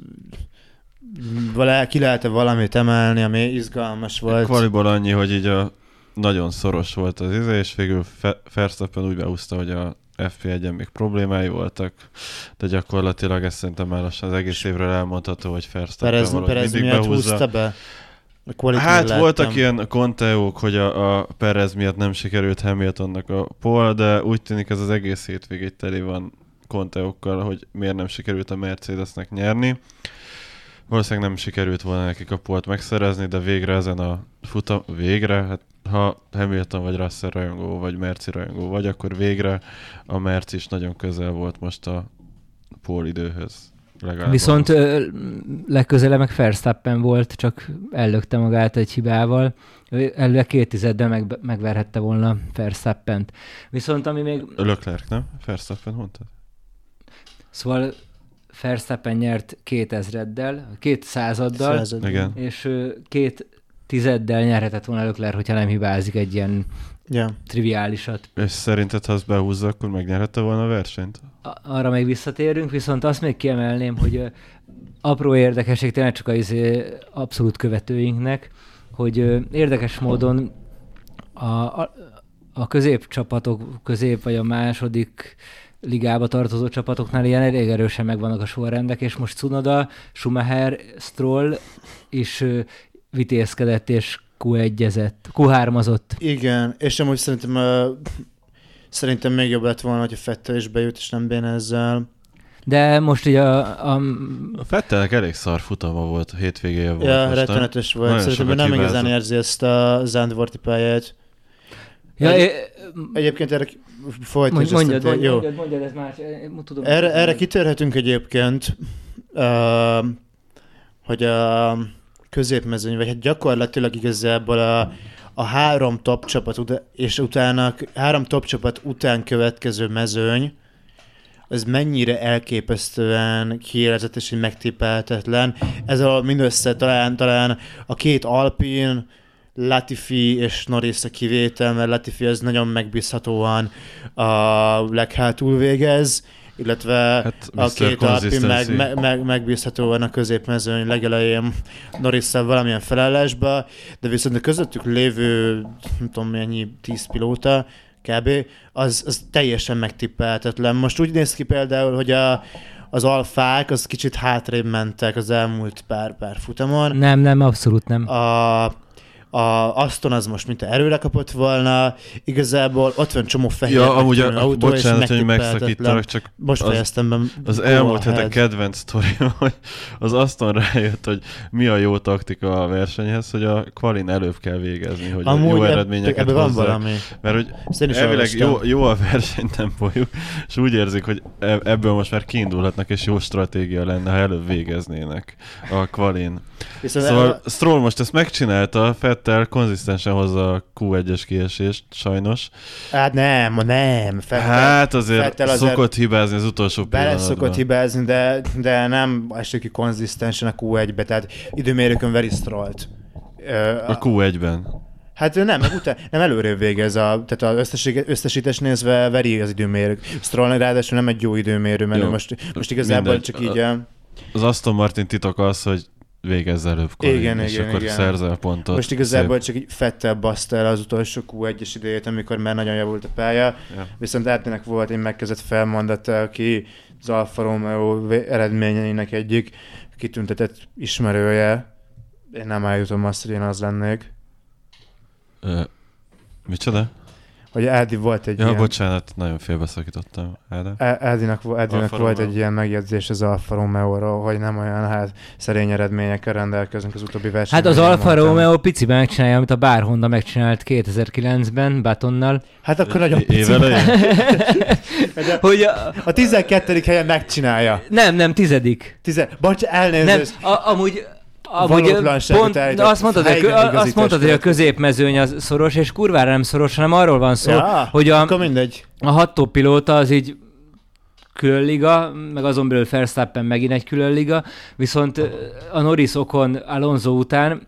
Vala, ki lehet-e valamit emelni, ami izgalmas volt? Kvaliból annyi, hogy így a nagyon szoros volt az izé, és végül Verstappen úgy beúszta, hogy a ef pé egyen még problémái voltak, de gyakorlatilag ezt szerintem már lassan az egész évről elmondható, hogy Verstappen Perez, valahogy Perez mindig behúzza. Be? Hát voltak ilyen konteók, hogy a, a Perez miatt nem sikerült Hamiltonnak a pole, de úgy tűnik ez az egész hétvégét teli van konteókkal, hogy miért nem sikerült a Mercedesnek nyerni. Valószínűleg nem sikerült volna nekik a polt megszerezni, de végre ezen a futam, végre, hát ha Hamilton vagy Russell rajongó, vagy Merci rajongó vagy, akkor végre a Merci is nagyon közel volt most a pole időhöz. Legalább Viszont az. legközelebb meg Verstappen volt, csak ellökte magát egy hibával. Előre két tizeddel meg, megverhette volna Verstappent. Viszont ami még... Leclerc, nem? Verstappen mondtad? Szóval Verstappen nyert két ezreddel, két századdal, Század. Igen. és két tizeddel nyerhetett volna Leclerc, hogyha nem hibázik egy ilyen yeah. triviálisat. És szerinted, ha azt behúzza, akkor megnyerhette volna a versenyt? A- arra még visszatérünk, viszont azt még kiemelném, hogy apró érdekesség tényleg csak az abszolút követőinknek, hogy érdekes módon a, a, a középcsapatok, közép vagy a második ligába tartozó csapatoknál ilyen elég erősen megvannak a sorrendek, és most Tsunoda, Schumacher, Stroll is vitézkedett és kú egyezett, kú hármazott. Igen, és amúgy szerintem, uh, szerintem még jobb lett volna, hogy a Vettel is bejut, és nem béne ezzel. De most ugye a... A, a Vettelnek elég szar futama volt, a hétvégéje volt. Ja, rettenetes volt. Szerintem nem hibázott. Igazán érzi ezt a Zandvoorti pályát. Ja, Egy, é... Egyébként erre folytatjuk. Mondjad, mondjad, mondjad, mondjad, ez már tudom. Erre, erre kitérhetünk egyébként, uh, hogy a középmezőny, vagy hát gyakorlatilag igazából a, a három top csapat után, és utána három top csapat után következő mezőny, az mennyire elképesztően kiélezett és megtippelhetetlen. Ez a mindössze talán, talán a két Alpine, Latifi és Norris a kivétel, mert Latifi az nagyon megbízhatóan a leghátul végez, illetve hát, a két Alpine meg, meg, meg, megbízhatóan a középmezőny legelején Norris-szel valamilyen felállásba, de viszont a közöttük lévő, nem tudom mennyi, tíz pilóta, kb. Az, az teljesen megtippelhetetlen. Most úgy néz ki például, hogy a, az alfák az kicsit hátrébb mentek az elmúlt pár, pár futamon. Nem, nem, abszolút nem. A, a Aston az most mint erőre kapott volna, igazából ott van csomó fehér ja, amúgy a, autó, bocsánat, hogy megszakítanak, csak most fejeztem be. Az elmúlt hetek kedvenc sztorim, hogy az Aston rájött, hogy mi a jó taktika a versenyhez, hogy a qualin előbb kell végezni, hogy amúgy jó eredményeket hozzák. Van valami. Mert hogy elvileg jó, jó a versenytempójuk, és úgy érzik, hogy ebből most már kiindulhatnak, és jó stratégia lenne, ha előbb végeznének a qualin. Viszont szóval el... Stroll most ezt megcsinálta, Vettel konzisztensen hozza a kú egyes kiesést, sajnos. Hát nem, nem. Vettel, hát azért, Vettel azért szokott hibázni az utolsó pillanatban. Bele szokott hibázni, de, de nem esik ki konzisztensen a kú egybe, tehát időmérőkön veri Strollt. A kú egyben. Hát nem, meg után, nem előrébb végez, a, tehát az összesítés nézve veri az időmérők. Stroll ráadásul nem egy jó időmérő, mert jó, most, most igazából mindegy. Csak így a... Az Aston Martin titok az, hogy végezz előbb Colin, igen, és igen, akkor igen. szerzel pontot. Most igazából szép. Csak így Vettel baszta el az utolsó kú egyes idejét, amikor már nagyon javult a pálya, ja. Viszont Ártének volt egy megkezdett felmondata, aki az Alfa Romeo eredményeinek egyik kitüntetett ismerője. Én nem eljutom azt, hogy én az lennék. Ö, micsoda? Hogy Ádi volt egy ja, ilyen... bocsánat, nagyon félbeszakítottam. Ádám. Ádinak, Ádinak volt egy ilyen megjegyzés az Alfa Romeo-ról, hogy nem olyan hát szerény eredményekkel rendelkezünk az utóbbi versenyben. Hát az Alfa Romeo piciben megcsinálja, amit a Bár Honda megcsinált kétezer-kilencben Battonnal. Hát akkor nagyon piciben. hogy a... a tizenkettedik helyen megcsinálja. Nem, nem, tizedik. Tize... Bocs, elnézést. Nem, a, amúgy... Amúgy pont, azt mondtad, hogy, azt mondtad, hogy a középmezőny az szoros, és kurvára nem szoros, hanem arról van szó, ja, hogy a, a hat top pilóta az így külön liga, meg azon belül Verstappen megint egy külön liga, viszont a Norris, Ocon, Alonso után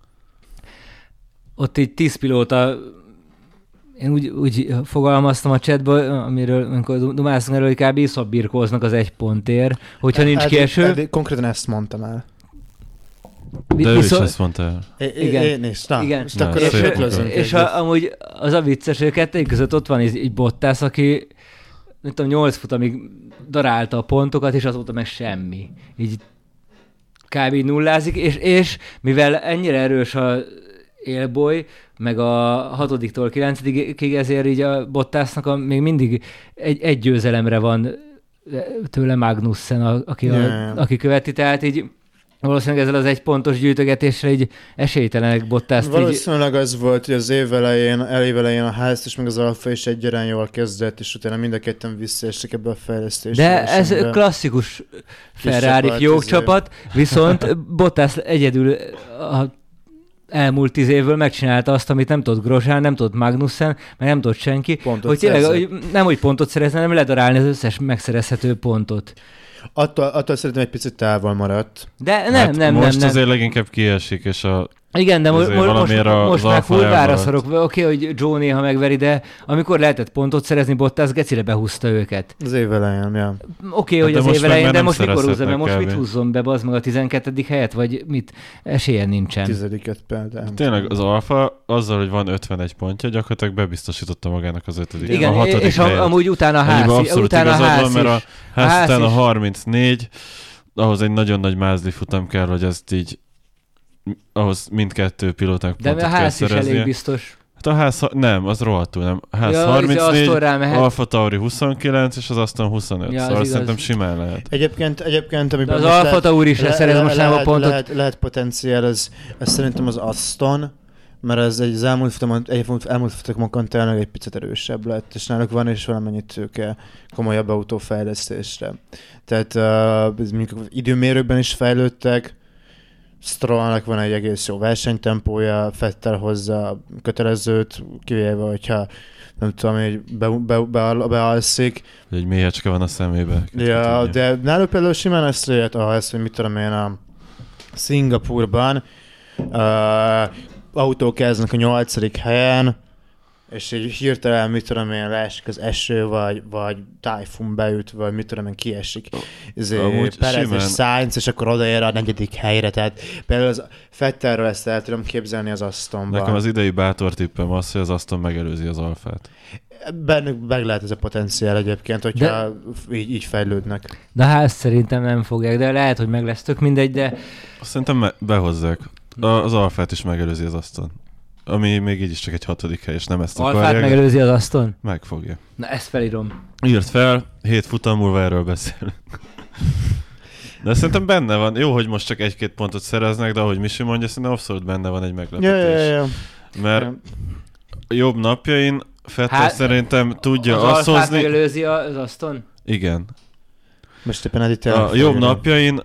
ott így tíz pilóta, én úgy, úgy fogalmaztam a chatből, amiről, amikor dumálszunk erről, hogy kb. Iszap birkóznak az egy pontért, hogyha nincs eddig, kieső. Eddig, konkrétan ezt mondtam el. De ő Viszont... is ezt mondta el. Igen. Én is. Na, igen. Most akkor és, és, és a, amúgy az a vicces, hogy kettőjük között ott van egy Bottas, aki nem tudom, nyolc futamig darálta a pontokat, és azóta meg semmi. Így kb. Nullázik, és, és mivel ennyire erős a élboly, meg a hatodiktól kilencedikig, ezért így a Bottasnak a, még mindig egy, egy győzelemre van tőle Magnussen, a, aki, a, aki követi, tehát így valószínűleg ezzel az egy pontos gyűjtögetésre így esélytelenek Bottaszt. Valószínűleg így... az volt, hogy az év elején, év elején a Haas és meg az Alfa is egyaránt jól kezdett, és utána mind a ketten visszaestek ebbe a fejlesztésbe. De ez sembe. Klasszikus Ferrari fiókcsapat, viszont Bottas egyedül a elmúlt tíz évből megcsinálta azt, amit nem tudott Grosjean, nem tudott Magnussen, meg nem tudott senki, pontot hogy tényleg hogy nem hogy pontot szerezni, hanem ledarálni az összes megszerezhető pontot. Attól, attól szerintem egy picit távol maradt. De nem, hát nem, most nem. Most azért leginkább kiesik, és a... Igen, de mo- mo- most, most már fullvára szarok. Oké, okay, hogy Joe néha megveri, de amikor lehetett pontot szerezni, Bottas gecire behúzta őket. Az év elején, ja. Oké, okay, hogy hát az év elején, de most mikor húzza be? Most mit húzzon be, bazd meg a tizenkettedik helyet? Vagy mit? Esélyen nincsen. Tizediket például. Tényleg az Alfa azzal, hogy van ötvenegy pontja, gyakorlatilag bebiztosította magának az ötödik. Igen, a hatodik és helyet. amúgy utána a Ház, utána a Ház van, mert a Ház után a is. harmincnégy, ahhoz egy nagyon nagy mázli futam kell, hogy ezt így ahhoz mindkettő pilótának pontot kell szereznie. De a Ház is elég biztos. Hát a Ház, nem, az rohadtul nem. A Ház ja, harmincnégy, Alfa Tauri huszonkilenc, és az Aston huszonöt. Ja, szóval szerintem simán lehet. Egyébként, egyébként amiben az Alfa Tauri is szerez most nem a pontot. Lehet, lehet potenciál, ez, ez szerintem az Aston, mert ez egy az elmúlt futamon, egy elmúlt futamokon tényleg egy picit erősebb lett, és náluk van is valamennyit tőke komolyabb autófejlesztésre. Tehát uh, időmérőkben is fejlődtek, Strollnak van egy egész jó versenytempója, Vettel hozza kötelezőt, kivéve, hogyha nem tudom, hogy be, be, be, bealszik. Egy mélyecske van a szemébe. Ja, de náluk például simán ezt jött ahhoz, hogy mit tudom én a Szingapurban uh, autók kezdnek a nyolcadik helyen, és így hirtelen, mit tudom én, leesik az eső, vagy, vagy tájfun beüt, vagy mit tudom én, kiesik Perez és Sainz, és akkor odaér a negyedik helyre, tehát például az Vettelről ezt el tudom képzelni az Astonban. Nekem az idei bátor tippem az, hogy az Aston megelőzi az Alfát. Bennük meg lehet ez a potenciál egyébként, hogyha de, így, így fejlődnek. De hát ezt szerintem nem fogják, de lehet, hogy meg lesz tök mindegy, de... Szerintem me- behozzák. Az Alfát is megelőzi az Aston. Ami még így is csak egy hatodik hely, és nem ezt akarják. Alfát megelőzi az Aston? Megfogja. Na, ezt felírom. Írt fel, hét futam múlva erről beszélünk. De szerintem benne van. Jó, hogy most csak egy-két pontot szereznek, de ahogy Misi mondja, szerintem abszolút benne van egy meglepetés. Ja, ja, ja. Mert ja. jobb napjain Vettel hát, szerintem tudja az azt hozni... Az Alfát megelőzi az Aston? Igen. Most éppen itt a jobb napjain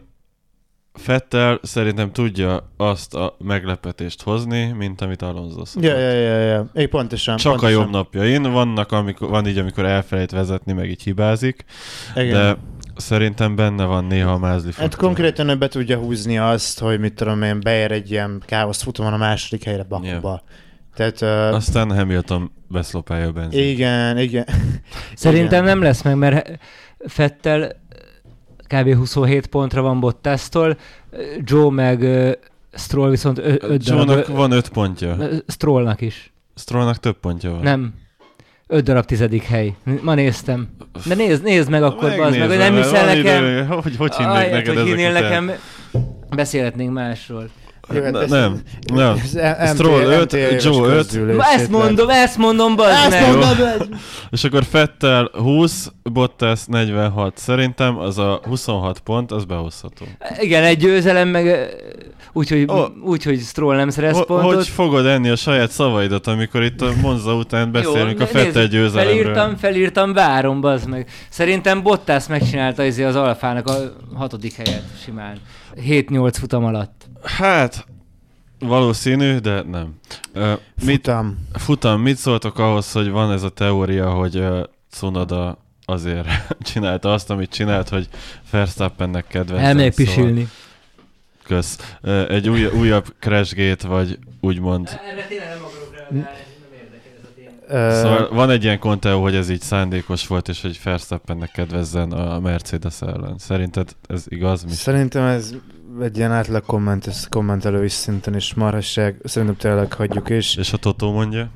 Vettel szerintem tudja azt a meglepetést hozni, mint amit Alonso szokott. Ja, ja, ja, ja. Én pontosan. Csak pontosan. a jobb napjain. Vannak, amikor, van így, amikor elfelejt vezetni, meg így hibázik. Igen. De szerintem benne van néha a mázli faktor. Hát konkrétan ő be tudja húzni azt, hogy mit tudom én, beér egy ilyen káosz futamon a második helyre Bakuba. Yeah. Tehát, uh... Aztán Hamilton beszlopálja a benzin. Igen, igen. Szerintem igen. nem lesz meg, mert Vettel kb. huszonhét pontra van Bottastól, Joe meg uh, Stroll viszont öt darab... Joe-nak van öt pontja. Strollnak is. Strollnak több pontja van. Nem. öt darab tizedik hely. Ma néztem. De nézd, nézd meg akkor, bazd meg, hogy nem hiszel nekem. Idő, hogy hogy hinnék neked ezek után? Nekem, beszélhetnénk másról. Ne, nem, nem. Stroll öt, Joe öt. Ezt mondom, ezt mondom, bazd meg. És akkor Vettel húsz, Bottas negyvenhat. Szerintem az a huszonhat pont, az behozható. Igen, egy győzelem, meg úgyhogy oh. úgy, hogy Stroll nem szerez Ho- pontot. Hogy fogod enni a saját szavaidat, amikor itt a Monza után beszélünk jó, a Vettel győzelemről? Felírtam, felírtam, várom, bazd meg. Szerintem Bottas megcsinálta az Alfának a hatodik helyet simán. hét-nyolc futam alatt. Hát, valószínű, de nem. Uh, futam. Mit, futam. Mit szóltok ahhoz, hogy van ez a teória, hogy uh, Tsunoda azért csinálta azt, amit csinált, hogy Verstappennek kedvezzen. Elmegyek pisilni. Szóval. Kösz. Uh, egy új, újabb crashgate, vagy úgymond... Erre tényleg nem akarok reagálni, nem érdekel ez a téma. Szóval van egy ilyen konteó, hogy ez így szándékos volt, és hogy Verstappennek kedvezzen a Mercedes ellen. Szerinted ez igaz? Mi? Szerintem ez egy ilyen átlag komment, kommentelői szinten is marhasság. Szerintem tényleg hagyjuk is. És a Totó mondja?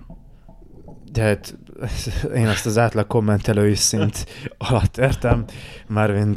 De hát én azt az átlag kommentelői szint alatt értem, mármint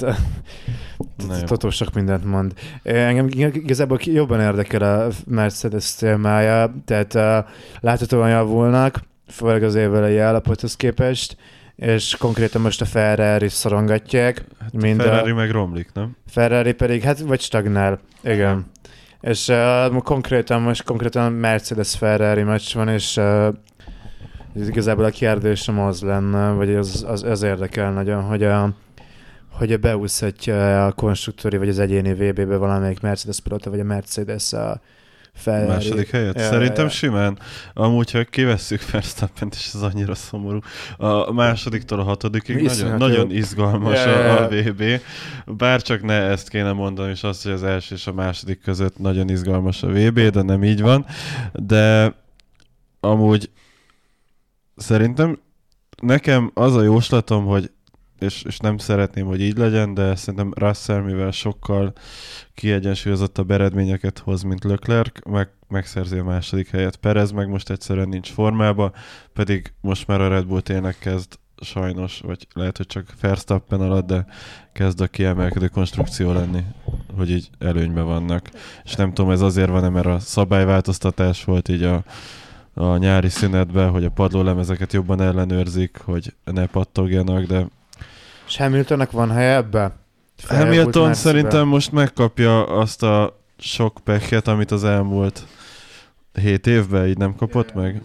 Totó sok mindent mond. Engem igazából jobban érdekel a Mercedes témája, tehát uh, láthatóan javulnak, főleg az év elejé állapothoz képest, és konkrétan most a Ferrari szorongatják. Hát mind Ferrari a... meg romlik, nem? Ferrari pedig, hát vagy stagnál, igen. És uh, konkrétan most konkrétan Mercedes-Ferrari meccs van, és uh, igazából a kérdésem az lenne, vagy az, az, az érdekel nagyon, hogy a hogy beúszhatja a konstruktúri vagy az egyéni vé bé-be valamelyik Mercedes pilóta, vagy a Mercedes a Ferrari. Második helyet? Ja, Szerintem ja. simán. Amúgy, ha kivesszük Verstappent, és ez annyira szomorú. A másodiktól a hatodikig nagyon, nagyon izgalmas ja, ja. a vé bé. Bár csak ne ezt kéne mondani, és azt, hogy az első és a második között nagyon izgalmas a vé bé, de nem így van. De amúgy szerintem nekem az a jóslatom, hogy És, és nem szeretném, hogy így legyen, de szerintem Russell, mivel sokkal kiegyensúlyozottabb eredményeket hoz, mint Leclerc, meg, megszerzi a második helyet. Perez meg most egyszerűen nincs formában, pedig most már a Red Bull tényleg kezd sajnos, vagy lehet, hogy csak Verstappen alatt, de kezd a kiemelkedő konstrukció lenni, hogy így előnyben vannak. És nem tudom, ez azért van, mert a szabályváltoztatás volt így a a nyári szünetben, hogy a padlólemezeket jobban ellenőrzik, hogy ne pattogjanak, de és Hamiltonnak van helye ebbe? Hamilton szerintem most megkapja azt a sok pekket, amit az elmúlt hét évben így nem kapott meg.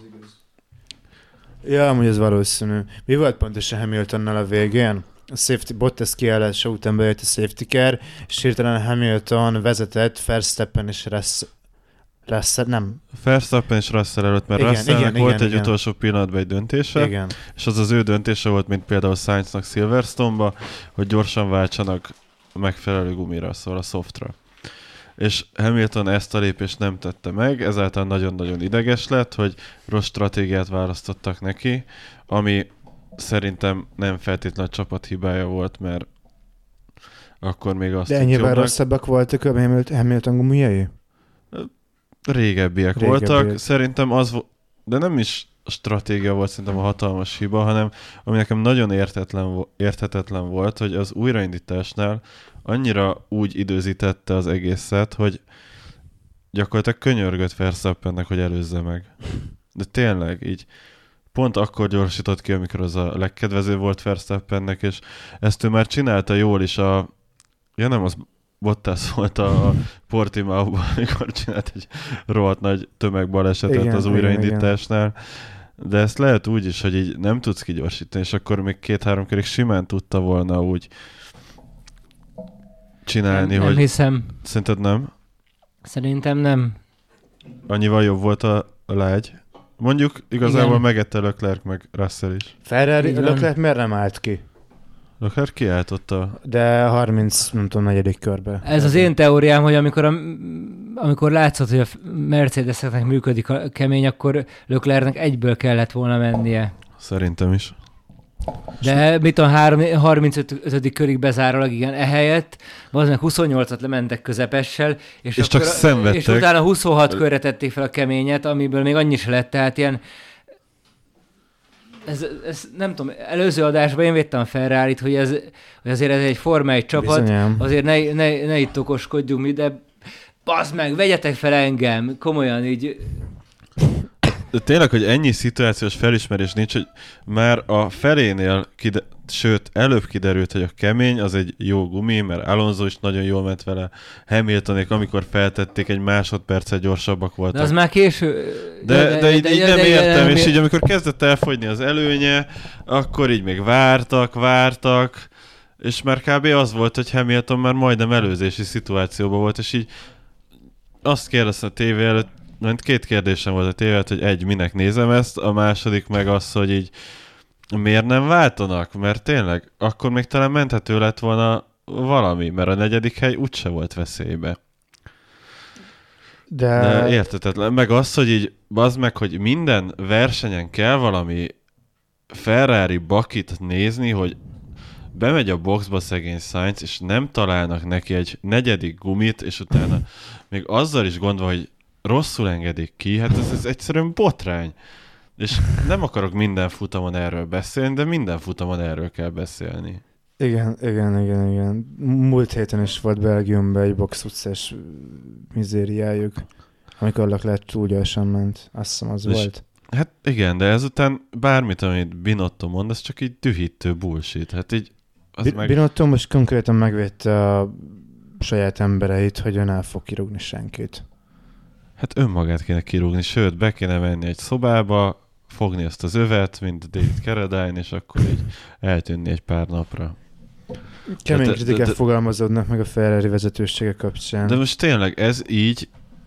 Ja, amúgy ez valószínű. Mi volt pontosan Hamiltonnal a végén? A safety, Bottas kiállása után bejött a safety car, és hirtelen Hamilton vezetett, Verstappen és Russell. Russell, nem. Verstappen és Russell előtt, mert igen, Russellnek igen, volt igen, egy igen. utolsó pillanatban egy döntése, igen. és az az ő döntése volt, mint például Sainznak Silverstone-ba, hogy gyorsan váltsanak a megfelelő gumira, szóval a softra. És Hamilton ezt a lépést nem tette meg, ezáltal nagyon-nagyon ideges lett, hogy rossz stratégiát választottak neki, ami szerintem nem feltétlenül a csapat hibája volt, mert akkor még azt... De ennyivel rosszabbak voltak a Hamilton gumijai? Régebbiek, Régebbiek voltak. Szerintem az, de nem is stratégia volt szerintem a hatalmas hiba, hanem ami nekem nagyon értetlen, érthetetlen volt, hogy az újraindításnál annyira úgy időzítette az egészet, hogy gyakorlatilag könyörgött Verstappennek, hogy előzze meg. De tényleg így pont akkor gyorsított ki, amikor az a legkedvezőbb volt Verstappennek, és ezt ő már csinálta jól is a... Ja nem, az Bottas volt a Portimao-ban, amikor csinált egy rohadt nagy tömegbalesetet igen, az újraindításnál. Igen, igen. De ezt lehet úgy is, hogy így nem tudsz kigyorsítani, és akkor még két-három kerék simán tudta volna úgy csinálni, nem, hogy... Nem hiszem. Szerinted nem? Szerintem nem. Annyival jobb volt a, a lágy. Mondjuk igazából igen. megette Leclerc meg Russell is. Ferrari, Leclerc miért nem állt ki? Akár kiáltotta. De harminc, nem tudom, negyedik körbe. Ez az én teóriám, hogy amikor, a, amikor látszott, hogy a Mercedeseknek működik a kemény, akkor Leclercnek egyből kellett volna mennie. Szerintem is. De mit a harmincötödik körig bezárólag, igen, ehelyett, az meg huszonnyolcat lementek közepessel, és, és csak szenvedtek. És utána huszonhat körre tették fel a keményet, amiből még annyi se lett, tehát ilyen Ez, ez nem tudom, előző adásban én védtem a Ferrarit, hogy, ez, hogy azért ez egy Forma egy csapat, bizonyám. Azért ne, ne, ne itt okoskodjunk mi, de bazd meg, vegyetek fel engem, komolyan így. De tényleg, hogy ennyi szituációs felismerés nincs, hogy már a felénél, kide- sőt, előbb kiderült, hogy a kemény az egy jó gumi, mert Alonso is nagyon jól ment vele, Hamiltonék, amikor feltették, egy másodperccel gyorsabbak voltak. De az már késő... De, de, de így, így nem de, értem, de, de, és így amikor kezdett elfogyni az előnye, akkor így még vártak, vártak, és már kb. Az volt, hogy Hamilton már majdnem előzési szituációban volt, és így azt kérdeztem a tévé előtt, mert két kérdésem volt a tévé előtt, hogy egy, minek nézem ezt, a második meg az, hogy így miért nem váltanak? Mert tényleg, akkor még talán menthető lett volna valami, mert a negyedik hely úgyse volt veszélybe. De... De értetetlen. Meg az, hogy így, bazd meg, hogy minden versenyen kell valami Ferrari bakit nézni, hogy bemegy a boxba szegény Sainz, és nem találnak neki egy negyedik gumit, és utána még azzal is gond van, hogy rosszul engedik ki, hát ez, ez egyszerűen botrány. És nem akarok minden futamon erről beszélni, de minden futamon erről kell beszélni. Igen, igen, igen, igen. Múlt héten is volt Belgiumban egy box utcás mizériájuk, amikor Leclerc túl gyorsan ment. Azt hiszem az és volt. Hát igen, de ezután bármit, amit Binotto mond, az csak így dühítő bullshit. Hát így... B- meg... Binotto most konkrétan megvédte a saját embereit, hogy ön el fog kirúgni senkit. Hát önmagát kéne kirúgni, sőt, be kéne menni egy szobába, fogni ezt az övet, mint David Carradine, és akkor így eltűnni egy pár napra. Kemény de, kritikák de, de, fogalmazódnak meg a Ferrari vezetősége kapcsán. De most tényleg ez így,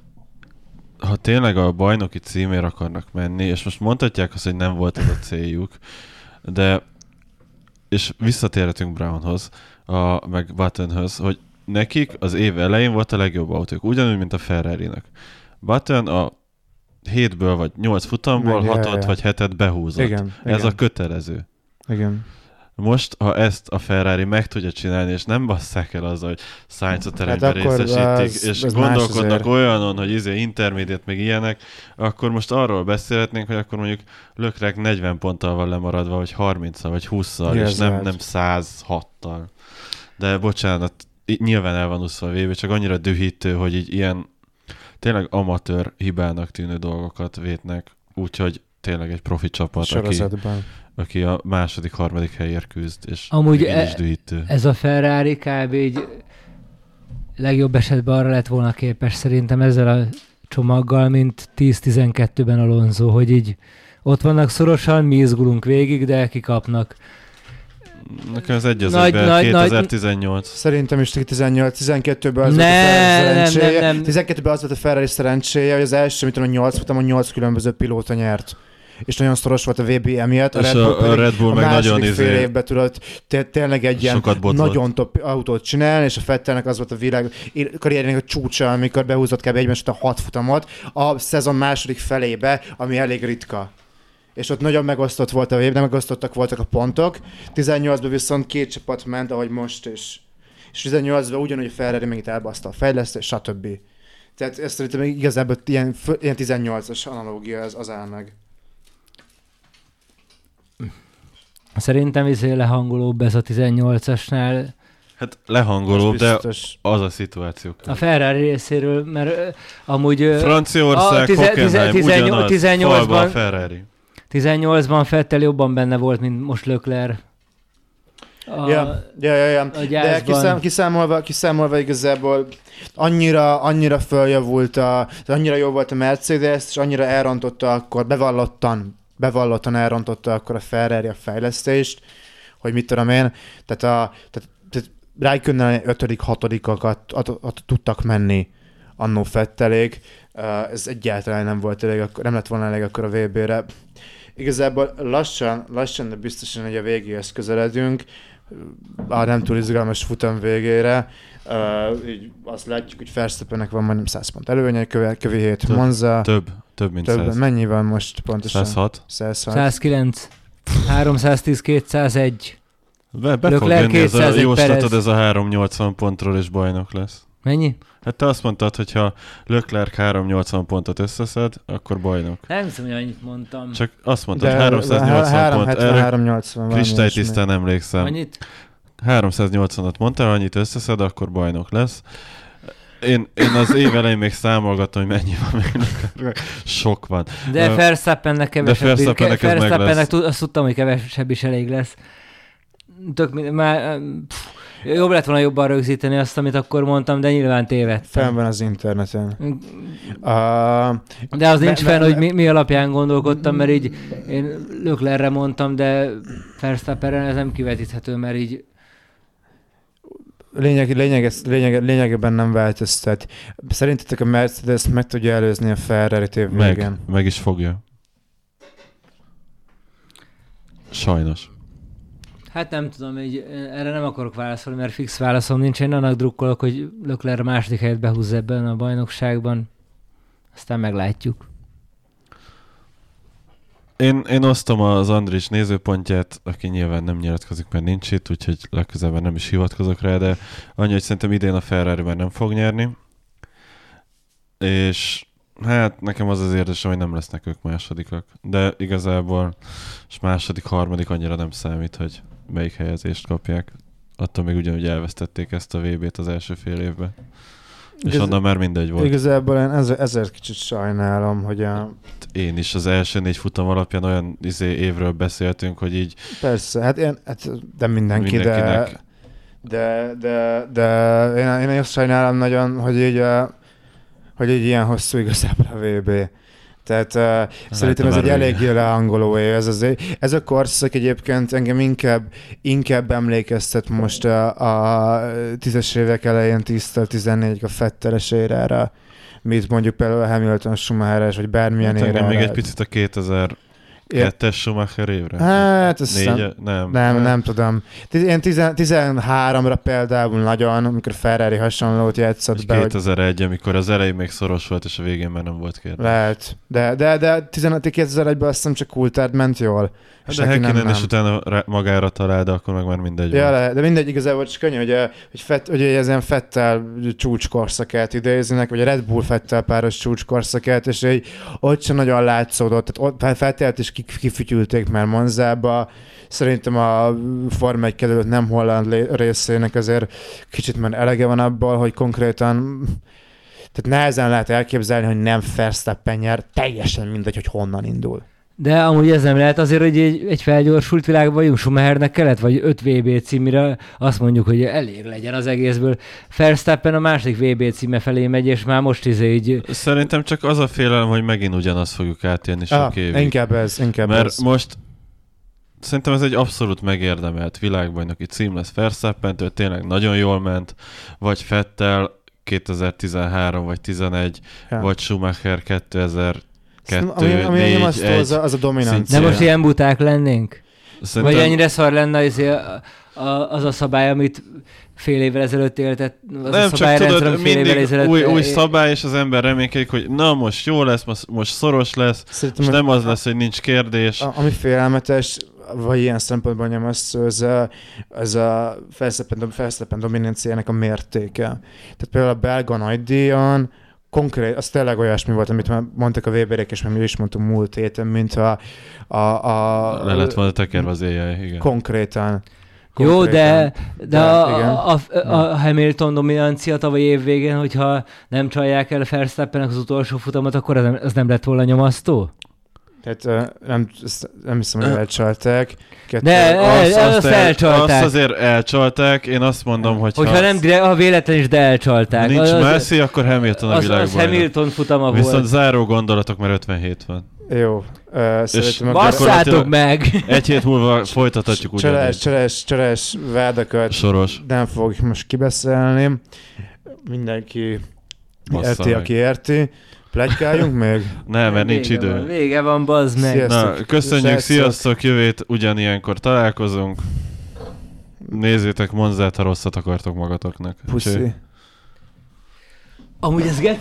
ha tényleg a bajnoki címért akarnak menni, és most mondhatják azt, hogy nem volt ez a céljuk, de és visszatérhetünk Brownhoz, a, meg Buttonhöz, hogy nekik az év elején volt a legjobb autók, ugyanúgy, mint a Ferrarinek. Button a hétből vagy nyolc futamból meg, hatot ja, ja. vagy hetet behúzott. Igen, ez igen. a kötelező. Igen. Most, ha ezt a Ferrari meg tudja csinálni, és nem basszák el azzal, hogy Sainzot előnybe hát részesítik, az, és az gondolkodnak olyanon, hogy izé intermédiát meg ilyenek, akkor most arról beszélhetnénk, hogy akkor mondjuk Leclerc negyven ponttal van lemaradva, vagy harminccal, vagy hússzal, és nem, nem száz hattal. De bocsánat, nyilván el van úszva a vé bé, csak annyira dühítő, hogy így ilyen tényleg amatőr hibának tűnő dolgokat vétnek, úgyhogy tényleg egy profi csapat, aki, aki a második, harmadik helyért küzd, és amúgy e- is dühítő. Ez a Ferrari kb. Így legjobb esetben arra lett volna képes szerintem ezzel a csomaggal, mint tíz-tizenkettőben Alonso, hogy így ott vannak szorosan, mi izgulunk végig, de kikapnak. Nekem az egy az egyben kétezer-tizennyolc. Szerintem is tizennyolc-tizenkettőben az ne, volt a Ferrari szerencséje. Nem, nem. tizenkettőben az volt a Ferrari szerencséje, hogy az első, mit tudom, nyolc futamon nyolc különböző pilóta nyert. És nagyon szoros volt a vé bé emiatt. A Red Bull, a Red Bull a meg második nagyon fél izé... évben tudott tényleg egy ilyen nagyon top autót csinálni, és a Vettelnek az volt a világ karrierjének a csúcsa, amikor behúzott kb. Egyben a hat futamot a szezon második felébe, ami elég ritka. És ott nagyon megosztott volt a vé bé, nem megosztottak voltak a pontok. tizennyolcban viszont két csapat ment, ahogy most is. És tizennyolcban ugyanúgy a Ferrari még itt elbaszta a fejlesztés, stb. Tehát ezt szerintem igazából ilyen, ilyen tizennyolcas analógia az, az áll meg. Szerintem izé lehangolóbb ez a tizennyolcasnál. Hát lehangolóbb, de az a szituáció. A Ferrari részéről, mert amúgy... Franciaország, tize, Hockenheim, tize, ugyanaz, tizennyolcban, falba a Ferrari. tizennyolcban Vettel jobban benne volt, mint most Leclerc. A, ja, ja, ja, ja. De kiszám, kiszámolva, kiszámolva igazából annyira, annyira följavult, a, annyira jó volt a Mercedes, és annyira elrontotta akkor, bevallottan, bevallottan elrontotta akkor a Ferrari a fejlesztést, hogy mit tudom én, tehát, a, tehát, tehát Räikkönen ötödik, hatodikakat tudtak menni annó Vettelék, ez egyáltalán nem volt elég, nem lett volna elég akkor a vé bé-re. Igazából lassan, lassan, de biztosan, hogy a végéhez közeledünk, a nem túl izgalmas futam végére. Uh, így azt látjuk, hogy Verstappennek van majdnem száz pont előnye, kövi hét Monza. Több, több mint több, száz. Mennyi van most pontosan? száz hat. száz hat. száz kilenc. háromszáztíz kétszázegy. Be, be fog jönni ez a jóslatod, ez a háromszáznyolcvan pontról is bajnok lesz. Mennyi? Hát te azt mondtad, hogy ha Leclerc háromszáznyolcvan pontot összeszed, akkor bajnok. Nem hiszem, hogy annyit mondtam. Csak azt mondtad, hogy háromszáznyolcvan pont. háromszáznyolcvan kristálytisztán emlékszem. Annyit? háromszáznyolcvanat mondtál, annyit összeszed, akkor bajnok lesz. Én, én az év elején még számolgatom, hogy mennyi van még. Sok van. De uh, Verstappennek kevesebb. De Verstappennek azt tudtam, hogy kevesebb is elég lesz. Tök, már, pff, jobb lett volna jobban rögzíteni azt, amit akkor mondtam, de nyilván tévedtem. Fenn van az interneten. Uh, de az nincs me, fenn, me, hogy mi, mi alapján gondolkodtam, mert így én Leclercre mondtam, de Verstappenre ez nem kivetíthető, mert így Lényeg, lényeg, lényeg, lényegében nem változtat. Szerintetek a Mercedes meg tudja előzni a Ferrari-t év meg, végén? Meg is fogja. Sajnos. Hát nem tudom, így, erre nem akarok válaszolni, mert fix válaszom nincs. Én annak drukkolok, hogy Leclerc a második helyet behúzza ebben a bajnokságban. Aztán meglátjuk. Én, én osztom az Andris nézőpontját, aki nyilván nem nyilatkozik, mert nincs itt, úgyhogy legközelebb nem is hivatkozok rá, de annyi, hogy szerintem idén a Ferrari már nem fog nyerni. És hát nekem az az érzésem, hogy nem lesznek ők másodikak. De igazából és második, harmadik annyira nem számít, hogy melyik helyezést kapják. Attól még ugyanúgy elvesztették ezt a vé bét az első fél évben. És onnan már mindegy volt. Igazából én ezért, ezért kicsit sajnálom, hogy a... Én is az első négy futam alapján olyan izé évről beszéltünk, hogy így... Persze, hát, én, hát de mindenki, de, de, de, de én, én azt sajnálom nagyon, hogy így, hogy így ilyen hosszú igazából a vé bé. Tehát uh, szerintem ez egy eléggé leangoló év. Ez, az, ez a korszak egyébként engem inkább, inkább emlékeztet most a, a tízes évek elején tíztől tizennégyig a Vetteles érára, mint mondjuk például a Hamilton Schumacheres, vagy bármilyen hát érára. még egy picit a kétezer-kettes Schumacher évre? Hát, azt Négy, nem, nem, nem, nem tudom. Én tizenháromra például nagyon, amikor Ferrari hasonlót játszott be. kétezer-egy, hogy... amikor az elején még szoros volt, és a végén már nem volt kérdés. Lehet, de, de, de tizenöt kétezer-egyben azt hiszem csak Coulthard ment jól. Hát de Häkkinen is utána magára talál, de akkor meg már mindegy ja, volt. Le, de mindegy, igazából csak annyi, hogy, hogy, Fett, hogy ez ilyen Vettel csúcskorszakát idézinek, vagy a Red Bull Vettel páros csúcskorszakát, és így ott sem nagyon látszódott. Tehát ott Vettelt is kifütyülték már Monzába. Szerintem a Forma egy kedvelőt nem holland részének azért kicsit már elege van abból, hogy konkrétan tehát nehezen lehet elképzelni, hogy nem Verstappen nyer, teljesen mindegy, hogy honnan indul. De amúgy ez nem lehet azért, hogy egy, egy felgyorsult világban vagyunk, Schumachernek kellett, vagy öt vé bé címre azt mondjuk, hogy elég legyen az egészből. Verstappen a második vé bé címe felé megy, és már most izé így... Szerintem csak az a félelem, hogy megint ugyanazt fogjuk átélni sok ah, évig. Inkább ez, inkább Mert ez. most szerintem ez egy abszolút megérdemelt világbajnoki cím lesz Verstappentől, tényleg nagyon jól ment, vagy Vettel kétezer-tizenhárom vagy tizenegy, ja. vagy Schumacher kétezer kettő, ami, ami négy, az, az, a, az a dominancia. De most ilyen buták lennénk? Szerintem... Vagy ennyire szar lenne az a, az a szabály, amit fél évvel ezelőtt éltett, az nem, a szabályrendszer, csak tudod, mindig ezelőtt új, új szabály, és az ember reménykedik, hogy na most jó lesz, most, most szoros lesz, szerintem, és nem az lesz, hogy nincs kérdés. A, ami félelmetes, vagy ilyen szempontból nyomasztó, ez a, ez a Verstappen dominanciának a mértéke. Tehát például a belga nagydíjon konkrét, az tényleg olyasmi volt, amit már mondtak a Weberek, és már mi is mondtunk múlt héten, mint a... a, a Le lett volna tekerve az éjjel, igen. Konkrétan. Konkrétan. Jó, de, de, de a, a, a, a Hamilton dominancia tavaly év végén, hogyha nem csalják el Verstappennek az utolsó futamot, akkor az nem, az nem lett volna nyomasztó? Tehát nem, nem hiszem, hogy elcsalták. Kettő, de azt, el, azt, azt el, elcsalták. Azt azért elcsalták, én azt mondom, hogy hogyha ha... nem, ha véletlen is, de elcsalták. Nincs az, Messi, akkor Hamilton a világban. Az Hamilton futama Viszont volt. Viszont záró gondolatok, mert ötvenhét van. Jó. Uh, basszátok meg! Egy hét múlva folytathatjuk ugyanígy. Cseles, cseles, cseles vádakat Soros. Nem fogjuk most kibeszélni. Mindenki Bassza érti, meg. Aki érti. Pletykáljunk még? Nem, mert nincs vége idő. Van, vége van, bazd meg. Sziasztok. Na, köszönjük, sziasztok, sziasztok, jövét ugyanilyenkor találkozunk. Nézzétek Monzát, ha rosszat akartok magatoknak. Puszi. Amúgy ez